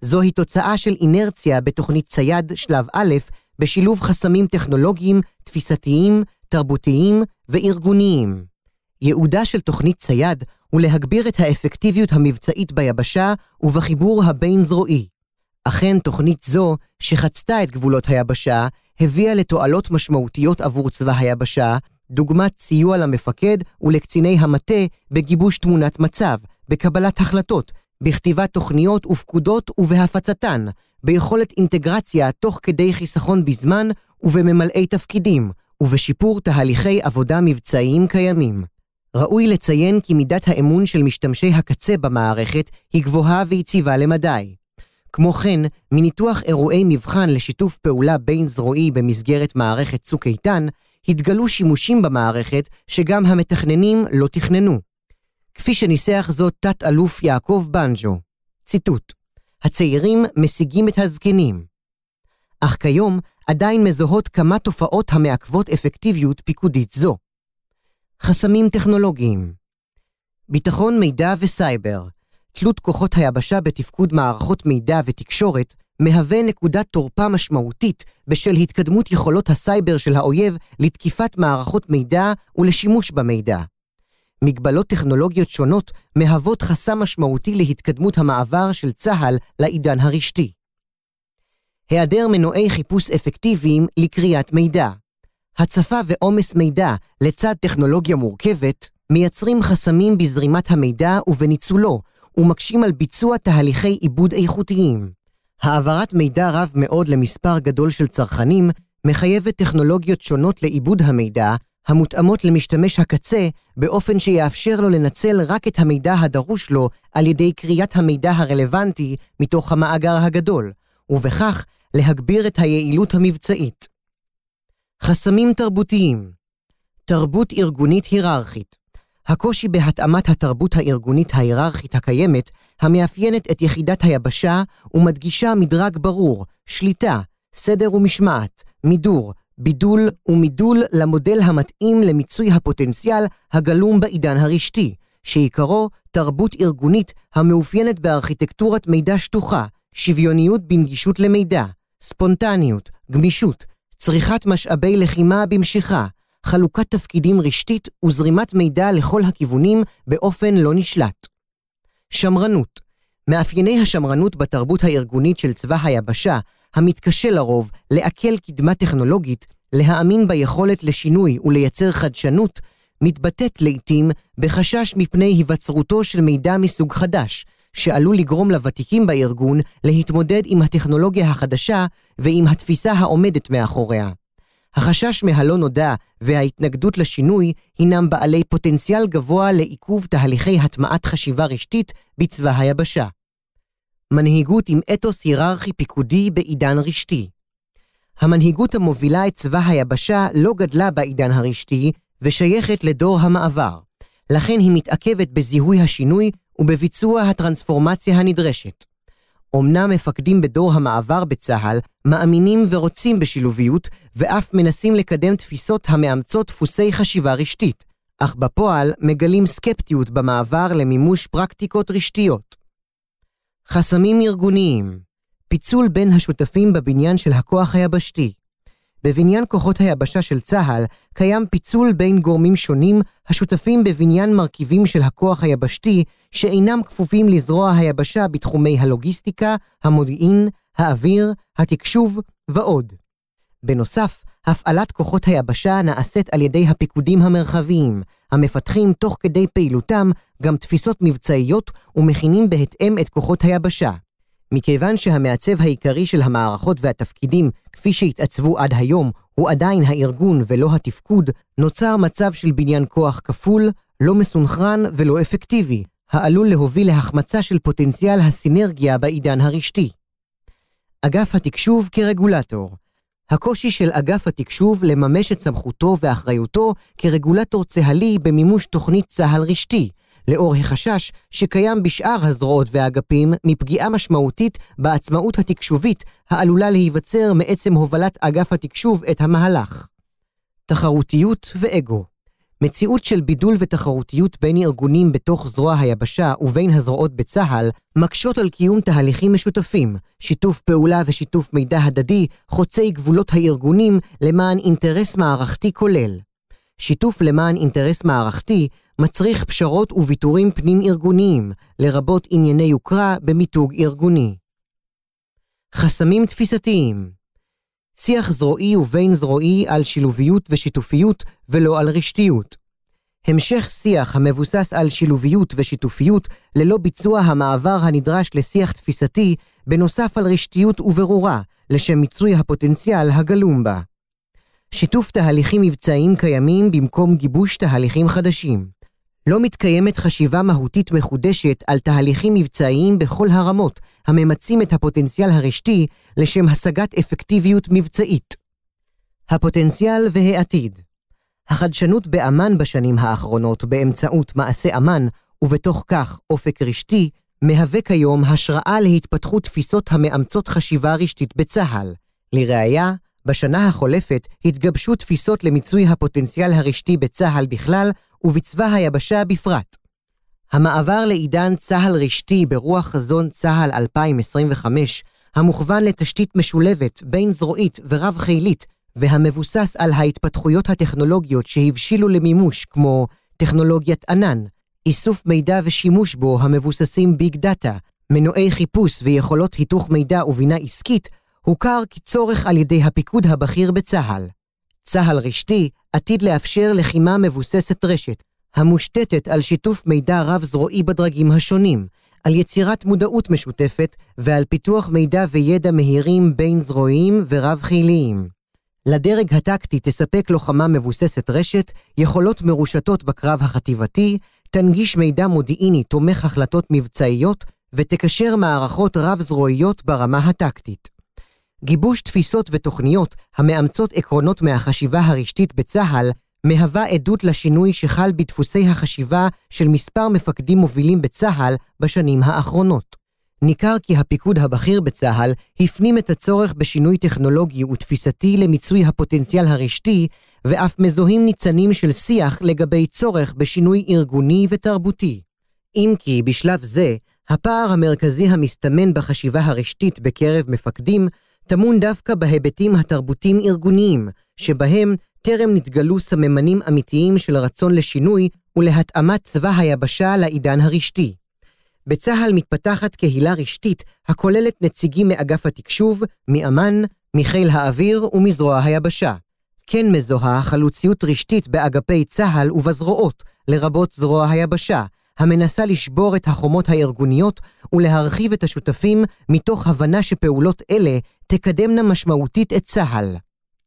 זוהי תוצאה של אינרציה בתוכנית צייד שלב א' בשילוב חסמים טכנולוגיים, תפיסתיים, תרבותיים וארגוניים. ייעודה של תוכנית צייד הוא להגביר את האפקטיביות המבצעית ביבשה ובחיבור הבין-זרועי. אכן תוכנית זו, שחצתה את גבולות היבשה, הביאה לתועלות משמעותיות עבור צבא היבשה, דוגמת סיוע למפקד ולקציני המטה בגיבוש תמונת מצב, בקבלת החלטות, בכתיבת תוכניות ופקודות ובהפצתן, ביכולת אינטגרציה תוך כדי חיסכון בזמן ובממלאי תפקידים, ובשיפור תהליכי עבודה מבצעיים קיימים. ראוי לציין כי מידת האמון של משתמשי הקצה במערכת היא גבוהה ויציבה למדי. כמו כן, מניתוח אירועי מבחן לשיתוף פעולה בין זרועי במסגרת מערכת צוק איתן, התגלו שימושים במערכת שגם המתכננים לא תכננו. כפי שניסח זאת תת-אלוף יעקב בנג'ו. ציטוט: הצעירים משיגים את הזקנים. אך כיום עדיין מזוהות כמה תופעות המעכבות אפקטיביות פיקודית זו. חסמים טכנולוגיים. ביטחון מידע וסייבר. תלות כוחות היבשה בתפקוד מערכות מידע ותקשורת מהווה נקודת תורפה משמעותית בשל התקדמות יכולות הסייבר של האויב לתקיפת מערכות מידע ולשימוש במידע. מגבלות טכנולוגיות שונות מהוות חסם משמעותי להתקדמות המעבר של צה"ל לעידן הרשתי. היעדר מנועי חיפוש אפקטיביים לקריאת מידע. הצפה ועומס מידע לצד טכנולוגיה מורכבת מייצרים חסמים בזרימת המידע ובניצולו ומקשים על ביצוע תהליכי עיבוד איכותיים. העברת מידע רב מאוד למספר גדול של צרכנים מחייבת טכנולוגיות שונות לעיבוד המידע המותאמות למשתמש הקצה באופן שיאפשר לו לנצל רק את המידע הדרוש לו על ידי קריאת המידע הרלוונטי מתוך המאגר הגדול, ובכך להגביר את היעילות המבצעית. חסמים תרבותיים. תרבות ארגונית היררכית. הקושי בהתאמת התרבות הארגונית ההיררכית הקיימת, המאפיינת את יחידת היבשה ומדגישה מדרג ברור, שליטה, סדר ומשמעת, מידור, בידול ומידול למודל המתאים למיצוי הפוטנציאל הגלום בעידן הרשתי, שעיקרו תרבות ארגונית המאופיינת בארכיטקטורת מידע שטוחה, שוויוניות בנגישות למידע, ספונטניות, גמישות, צריכת משאבי לחימה במשיכה, חלוקת תפקידים רשתית וזרימת מידע לכל הכיוונים באופן לא נשלט. שמרנות. מאפייני השמרנות בתרבות הארגונית של צבא היבשה, המתקשה לרוב לעכל קדמה טכנולוגית, להאמין ביכולת לשינוי ולייצר חדשנות, מתבטאת לעתים בחשש מפני היווצרותו של מידע מסוג חדש, שעלול לגרום לוותיקים בארגון להתמודד עם הטכנולוגיה החדשה ועם התפיסה העומדת מאחוריה. החשש מהלא נודע וההתנגדות לשינוי הינם בעלי פוטנציאל גבוה לעיכוב תהליכי הטמעת חשיבה רשתית בצבא היבשה. מנהיגות עם אתוס היררכי פיקודי בעידן רשתי. המנהיגות המובילה את צבא היבשה לא גדלה בעידן הרשתי ושייכת לדור המעבר. לכן היא מתעכבת בזיהוי השינוי ובביצוע הטרנספורמציה הנדרשת. אמנם מפקדים בדור המעבר בצה"ל מאמינים ורוצים בשילוביות ואף מנסים לקדם תפיסות המאמצות דפוסי חשיבה רשתית, אך בפועל מגלים סקפטיות במעבר למימוש פרקטיקות רשתיות. חסמים ארגוניים. פיצול בין השותפים בבניין של הכוח היבשתי. בבניין כוחות היבשה של צה"ל קיים פיצול בין גורמים שונים השותפים בבניין מרכיבים של הכוח היבשתי שאינם כפופים לזרוע היבשה בתחומי הלוגיסטיקה, המודיעין, האוויר, התקשוב ועוד. בנוסף, הפעלת כוחות היבשה נעשית על ידי הפיקודים המרחביים, המפתחים תוך כדי פעילותם גם תפיסות מבצעיות ומכינים בהתאם את כוחות היבשה. מכיוון שהמעצב העיקרי של המערכות והתפקידים, כפי שהתעצבו עד היום, הוא עדיין הארגון ולא התפקוד, נוצר מצב של בניין כוח כפול, לא מסונכרן ולא אפקטיבי, העלול להוביל להחמצה של פוטנציאל הסינרגיה בעידן הרשתי. אגף התקשוב כרגולטור. הקושי של אגף התקשוב לממש את סמכותו ואחריותו כרגולטור צהלי במימוש תוכנית צהל רשתי, לאור החשש שקיים בשאר הזרועות והאגפים מפגיעה משמעותית בעצמאות התקשובית העלולה להיווצר מעצם הובלת אגף התקשוב את המהלך. תחרותיות ואגו. מציאות של בידול ותחרותיות בין ארגונים בתוך זרוע היבשה ובין הזרועות בצה"ל מקשות על קיום תהליכים משותפים, שיתוף פעולה ושיתוף מידע הדדי חוצי גבולות הארגונים למען אינטרס מערכתי כולל. שיתוף למען אינטרס מערכתי מצריך פשרות וויתורים פנים-ארגוניים, לרבות ענייני יוקרה במיתוג ארגוני. חסמים תפיסתיים. שיח זרועי ובין זרועי על שילוביות ושיתופיות ולא על רשתיות. המשך שיח המבוסס על שילוביות ושיתופיות ללא ביצוע המעבר הנדרש לשיח תפיסתי בנוסף על רשתיות וברורה לשם מיצוי הפוטנציאל הגלום בה. שיתוף תהליכים מבצעיים קיימים במקום גיבוש תהליכים חדשים. לא מתקיימת חשיבה מהותית מחודשת על תהליכים מבצעיים בכל הרמות, הממצים את הפוטנציאל הרשתי לשם השגת אפקטיביות מבצעית. הפוטנציאל והעתיד. החדשנות באמן בשנים האחרונות באמצעות מעשה אמן, ובתוך כך אופק רשתי, מהווה כיום השראה להתפתחות תפיסות המאמצות חשיבה רשתית בצה"ל. לראיה, בשנה החולפת התגבשו תפיסות למיצוי הפוטנציאל הרשתי בצה"ל בכלל ובצבא היבשה בפרט. המעבר לעידן צה"ל רשתי ברוח חזון צה"ל אלפיים עשרים וחמש, המוכוון לתשתית משולבת בין זרועית ורב חילית, והמבוסס על ההתפתחויות הטכנולוגיות שהבשילו למימוש כמו טכנולוגיית ענן, איסוף מידע ושימוש בו המבוססים ביג דאטה, מנועי חיפוש ויכולות היתוך מידע ובינה עסקית, הוכר כצורך על ידי הפיקוד הבכיר בצה"ל. צה"ל רשתי עתיד לאפשר לחימה מבוססת רשת, המושתתת על שיתוף מידע רב-זרועי בדרגים השונים, על יצירת מודעות משותפת ועל פיתוח מידע וידע מהירים בין זרועיים ורב-חיליים. לדרג הטקטי תספק לוחמה מבוססת רשת, יכולות מרושתות בקרב החטיבתי, תנגיש מידע מודיעיני תומך החלטות מבצעיות ותקשר מערכות רב-זרועיות ברמה הטקטית. גיבוש תפיסות ותוכניות המאמצות עקרונות מהחשיבה הרשתית בצה"ל מהווה עדות לשינוי שחל בדפוסי החשיבה של מספר מפקדים מובילים בצה"ל בשנים האחרונות. ניכר כי הפיקוד הבכיר בצה"ל הפנים את הצורך בשינוי טכנולוגי ותפיסתי למיצוי הפוטנציאל הרשתי, ואף מזוהים ניצנים של שיח לגבי צורך בשינוי ארגוני ותרבותי. אם כי בשלב זה, הפער המרכזי המסתמן בחשיבה הרשתית בקרב מפקדים טמון דווקא בהיבטים התרבותיים ארגוניים, שבהם טרם נתגלו סממנים אמיתיים של רצון לשינוי ולהתאמת צבא היבשה לעידן הרשתי. בצה"ל מתפתחת קהילה רשתית הכוללת נציגים מאגף התקשוב, מאמן, מחיל האוויר ומזרוע היבשה. כן מזוהה חלוציות רשתית באגפי צה"ל ובזרועות, לרבות זרוע היבשה, המנסה לשבור את החומות הארגוניות ולהרחיב את השותפים מתוך הבנה שפעולות אלה תקדמנה משמעותית את צה"ל.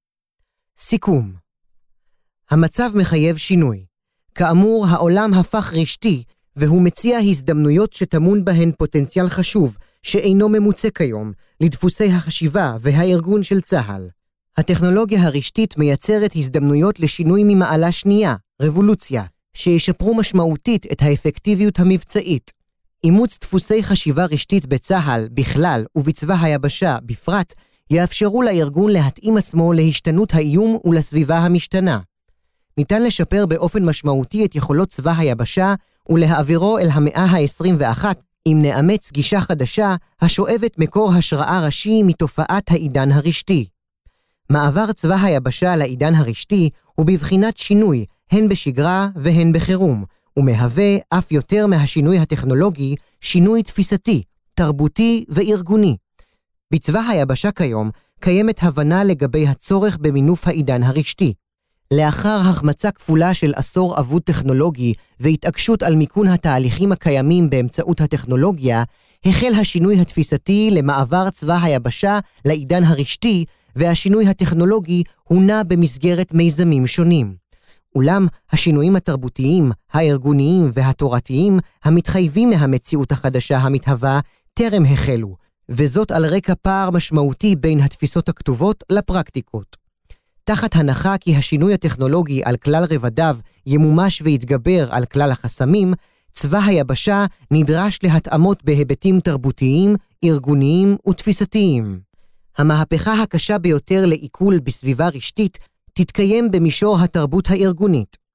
סיכום. המצב מחייב שינוי. כאמור, העולם הפך רשתי, והוא מציע הזדמנויות שטמון בהן פוטנציאל חשוב, שאינו ממוצע כיום, לדפוסי החשיבה והארגון של צה"ל. הטכנולוגיה הרשתית מייצרת הזדמנויות לשינוי ממעלה שנייה, רבולוציה, שישפרו משמעותית את האפקטיביות המבצעית. אימוץ דפוסי חשיבה רשתית בצה"ל בכלל ובצבא היבשה בפרט, יאפשרו לארגון להתאים עצמו להשתנות האיום ולסביבה המשתנה. ניתן לשפר באופן משמעותי את יכולות צבא היבשה ולהעבירו אל המאה ה-עשרים ואחת אם נאמץ גישה חדשה השואבת מקור השראה ראשי מתופעת העידן הרשתי. מעבר צבא היבשה לעידן הרשתי הוא בבחינת שינוי הן בשגרה והן בחירום, ומהווה אף יותר מהשינוי הטכנולוגי שינוי תפיסתי, תרבותי וארגוני. בצבא היבשה כיום קיימת הבנה לגבי הצורך במינוף העידן הרשתי. לאחר החמצה כפולה של עשור אבוד טכנולוגי והתעקשות על מיקון התהליכים הקיימים באמצעות הטכנולוגיה, החל השינוי התפיסתי למעבר צבא היבשה לעידן הרשתי, והשינוי הטכנולוגי הונע במסגרת מיזמים שונים. אולם השינויים התרבותיים, הארגוניים והתורתיים המתחייבים מהמציאות החדשה המתהווה טרם החלו, וזאת על רקע פער משמעותי בין התפיסות הכתובות לפרקטיקות. תחת הנחה כי השינוי הטכנולוגי על כלל רבדיו ימומש ויתגבר על כלל החסמים, צבא היבשה נדרש להתאמות בהיבטים תרבותיים, ארגוניים ותפיסתיים. המהפכה הקשה ביותר לעיכול בסביבה רשתית תתקיים במישור התרבות הארגונית.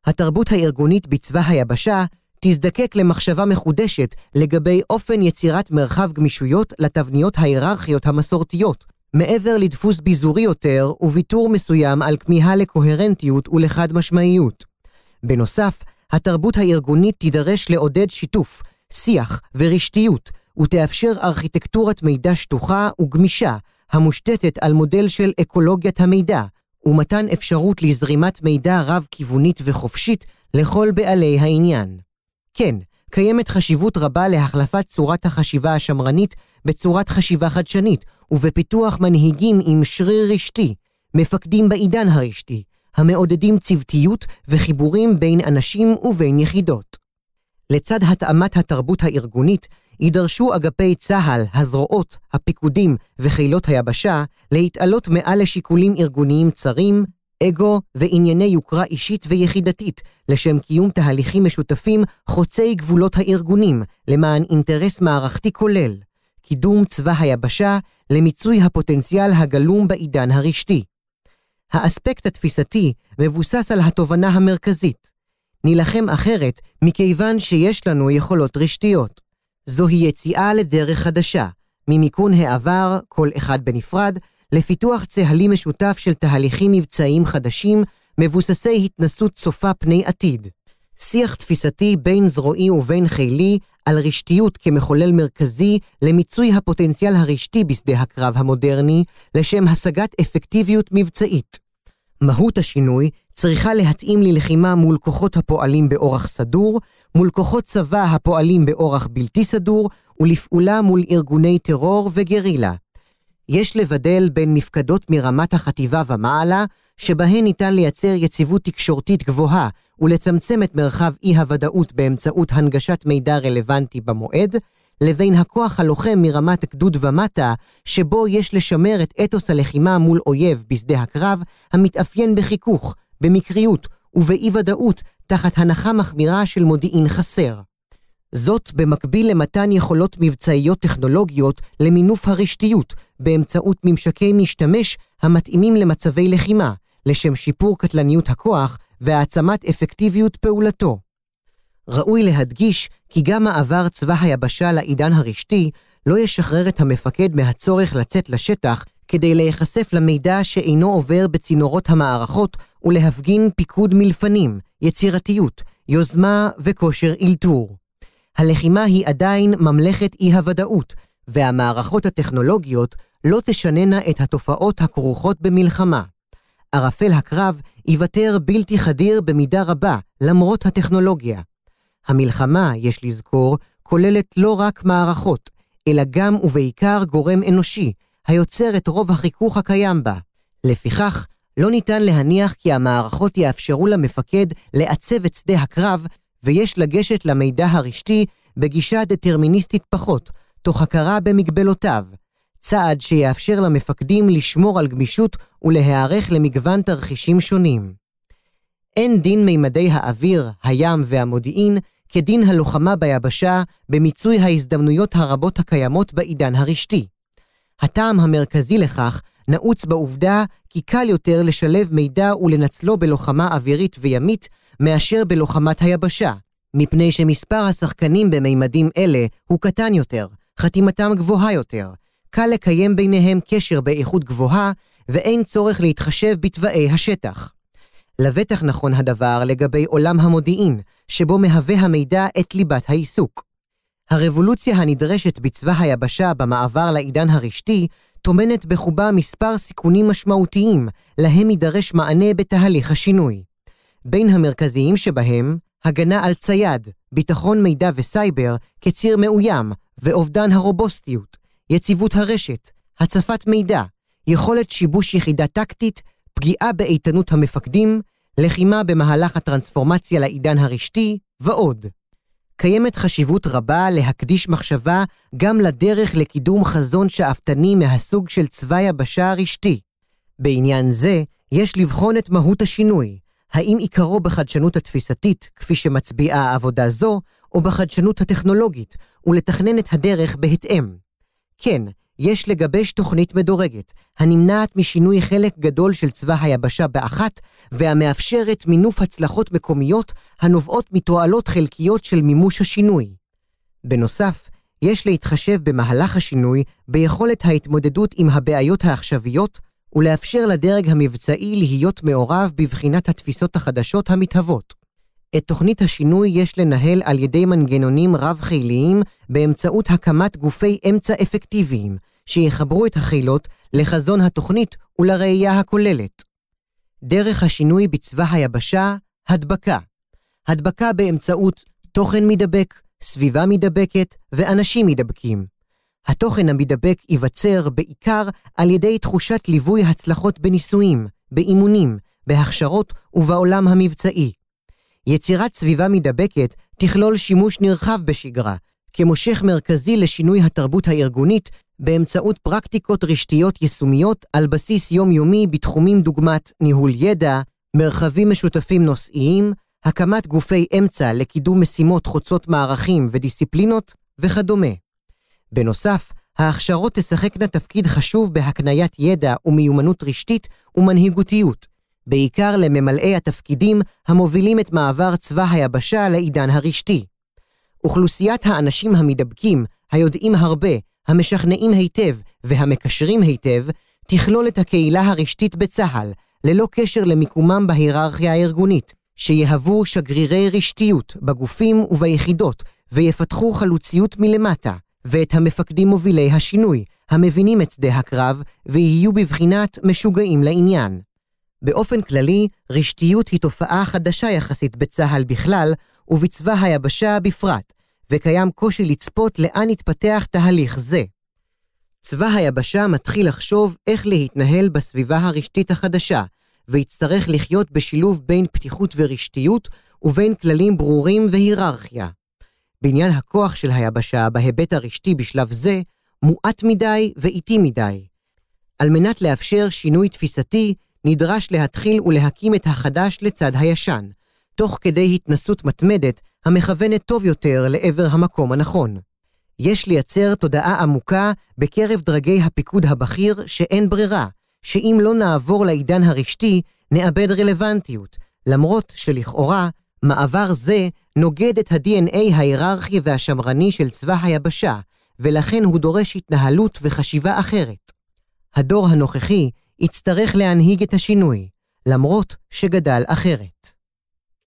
התרבות הארגונית בצבא היבשה תזדקק למחשבה מחודשת לגבי אופן יצירת מרחב גמישויות לתבניות ההיררכיות המסורתיות, מעבר לדפוס ביזורי יותר וויתור מסוים על כמיהה לקוהרנטיות ולחד משמעיות. בנוסף, התרבות הארגונית תידרש לעודד שיתוף, שיח ורשתיות, ותאפשר ארכיטקטורת מידע שטוחה וגמישה, המושתתת על מודל של אקולוגיית המידע, ומתן אפשרות לזרימת מידע רב-כיוונית וחופשית לכל בעלי העניין. כן, קיימת חשיבות רבה להחלפת צורת החשיבה השמרנית בצורת חשיבה חדשנית, ובפיתוח מנהיגים עם שריר רשתי, מפקדים בעידן הרשתי, המעודדים צוותיות וחיבורים בין אנשים ובין יחידות. לצד התאמת התרבות הארגונית, יידרשו אגפי צה"ל, הזרועות, הפיקודים וחילות היבשה להתעלות מעל לשיקולים ארגוניים צרים, אגו וענייני יוקרה אישית ויחידתית, לשם קיום תהליכים משותפים חוצי גבולות הארגונים, למען אינטרס מערכתי כולל, קידום צבא היבשה למיצוי הפוטנציאל הגלום בעידן הרשתי. האספקט התפיסתי מבוסס על התובנה המרכזית. נילחם אחרת מכיוון שיש לנו יכולות רשתיות. זוהי יציאה לדרך חדשה, ממיכון העבר, כל אחד בנפרד, לפיתוח צהלי משותף של תהליכים מבצעיים חדשים, מבוססי התנסות צופה פני עתיד. שיח תפיסתי בין זרועי ובין חילי, על רשתיות כמחולל מרכזי למיצוי הפוטנציאל הרשתי בשדה הקרב המודרני, לשם השגת אפקטיביות מבצעית. מהות השינוי צריכה להתאים ללחימה מול כוחות הפועלים באורח סדור, מול כוחות צבא הפועלים באורח בלתי סדור, ולפעולה מול ארגוני טרור וגרילה. יש לבדל בין מפקדות מרמת החטיבה ומעלה, שבהן ניתן לייצר יציבות תקשורתית גבוהה, ולצמצם את מרחב אי-הוודאות באמצעות הנגשת מידע רלוונטי במועד, לבין הכוח הלוחם מרמת גדוד ומטה, שבו יש לשמר את אתוס הלחימה מול אויב בשדה הקרב, המתאפיין בחיכוך, במקריות ובאי-ודאות, תחת הנחה מחמירה של מודיעין חסר. זאת במקביל למתן יכולות מבצעיות טכנולוגיות למינוף הרשתיות, באמצעות ממשקי משתמש המתאימים למצבי לחימה, לשם שיפור קטלניות הכוח והעצמת אפקטיביות פעולתו. ראוי להדגיש כי גם מעבר צבא היבשה לעידן הרשתי לא ישחרר את המפקד מהצורך לצאת לשטח כדי להיחשף למידע שאינו עובר בצינורות המערכות ולהפגין פיקוד מלפנים, יצירתיות, יוזמה וכושר אילתור. הלחימה היא עדיין ממלכת אי-הוודאות, והמערכות הטכנולוגיות לא תשננה את התופעות הכרוכות במלחמה. ערפל הקרב ייוותר בלתי חדיר במידה רבה, למרות הטכנולוגיה. המלחמה, יש לזכור, כוללת לא רק מערכות, אלא גם ובעיקר גורם אנושי, היוצר את רוב החיכוך הקיים בה. לפיכך, לא ניתן להניח כי המערכות יאפשרו למפקד לעצב את שדה הקרב, ויש לגשת למידע הרשתי בגישה דטרמיניסטית פחות, תוך הכרה במגבלותיו, צעד שיאפשר למפקדים לשמור על גמישות ולהיערך למגוון תרחישים שונים. אין דין מימדי האוויר, הים והמודיעין כדין הלוחמה ביבשה במיצוי ההזדמנויות הרבות הקיימות בעידן הרשתי. הטעם המרכזי לכך נעוץ בעובדה כי קל יותר לשלב מידע ולנצלו בלוחמה אווירית וימית מאשר בלוחמת היבשה, מפני שמספר השחקנים במימדים אלה הוא קטן יותר, חתימתם גבוהה יותר, קל לקיים ביניהם קשר באיכות גבוהה ואין צורך להתחשב בתוואי השטח. לבטח נכון הדבר לגבי עולם המודיעין, שבו מהווה המידע את ליבת העיסוק. הרבולוציה הנדרשת בצבא היבשה במעבר לעידן הרשתי, טומנת בחובה מספר סיכונים משמעותיים, להם יידרש מענה בתהליך השינוי. בין המרכזיים שבהם, הגנה על צייד, ביטחון מידע וסייבר כציר מאוים, ואובדן הרובוסטיות, יציבות הרשת, הצפת מידע, יכולת שיבוש יחידה טקטית, פגיעה באיתנות המפקדים, לחימה במהלך הטרנספורמציה לעידן הרשתי, ועוד. קיימת חשיבות רבה להקדיש מחשבה גם לדרך לקידום חזון שאפתני מהסוג של צבא יבשה הרשתי. בעניין זה, יש לבחון את מהות השינוי, האם עיקרו בחדשנות התפיסתית, כפי שמצביעה עבודה זו, או בחדשנות הטכנולוגית, ולתכנן את הדרך בהתאם. כן, יש לגבש תוכנית מדורגת, הנמנעת משינוי חלק גדול של צבא היבשה באחת, והמאפשרת מינוף הצלחות מקומיות הנובעות מתועלות חלקיות של מימוש השינוי. בנוסף, יש להתחשב במהלך השינוי ביכולת ההתמודדות עם הבעיות העכשוויות, ולאפשר לדרג המבצעי להיות מעורב בבחינת התפיסות החדשות המתהוות. את תוכנית השינוי יש לנהל על ידי מנגנונים רב-חיליים באמצעות הקמת גופי אמצע אפקטיביים, שיחברו את החילות לחזון התוכנית ולראייה הכוללת. דרך השינוי בצבא היבשה, הדבקה. הדבקה באמצעות תוכן מדבק, סביבה מדבקת ואנשים מדבקים. התוכן המדבק ייווצר בעיקר על ידי תחושת ליווי הצלחות בניסויים, באימונים, בהכשרות ובעולם המבצעי. יצירת סביבה מדבקת תכלול שימוש נרחב בשגרה, כמושך מרכזי לשינוי התרבות הארגונית באמצעות פרקטיקות רשתיות יישומיות על בסיס יומיומי בתחומים דוגמת ניהול ידע, מרחבים משותפים נושאיים, הקמת גופי אמצע לקידום משימות חוצות מערכים ודיסציפלינות וכדומה. בנוסף, ההכשרות תשחקנה תפקיד חשוב בהקניית ידע ומיומנות רשתית ומנהיגותיות, בעיקר לממלאי התפקידים המובילים את מעבר צבא היבשה לעידן הרשתי. אוכלוסיית האנשים המדבקים, היודעים הרבה, המשכנעים היטב והמקשרים היטב, תכלול את הקהילה הרשתית בצה"ל, ללא קשר למיקומם בהיררכיה הארגונית, שיהוו שגרירי רשתיות בגופים וביחידות, ויפתחו חלוציות מלמטה, ואת המפקדים מובילי השינוי, המבינים את שדה הקרב, ויהיו בבחינת משוגעים לעניין. באופן כללי, רשתיות היא תופעה חדשה יחסית בצה"ל בכלל, ובצבא היבשה בפרט, וקיים קושי לצפות לאן יתפתח תהליך זה. צבא היבשה מתחיל לחשוב איך להתנהל בסביבה הרשתית החדשה, ויצטרך לחיות בשילוב בין פתיחות ורשתיות, ובין כללים ברורים והיררכיה. בעניין הכוח של היבשה בהיבט הרשתי בשלב זה, מועט מדי ואיטי מדי. על מנת לאפשר שינוי תפיסתי, נדרש להתחיל ולהקים את החדש לצד הישן, תוך כדי התנסות מתמדת המכוונת טוב יותר לעבר המקום הנכון. יש לייצר תודעה עמוקה בקרב דרגי הפיקוד הבכיר שאין ברירה, שאם לא נעבור לעידן הרשתי, נאבד רלוונטיות, למרות שלכאורה, מעבר זה נוגד את ה-די אן איי ההיררכי והשמרני של צבא היבשה, ולכן הוא דורש התנהלות וחשיבה אחרת. הדור הנוכחי יצטרך להנהיג את השינוי, למרות שגדל אחרת.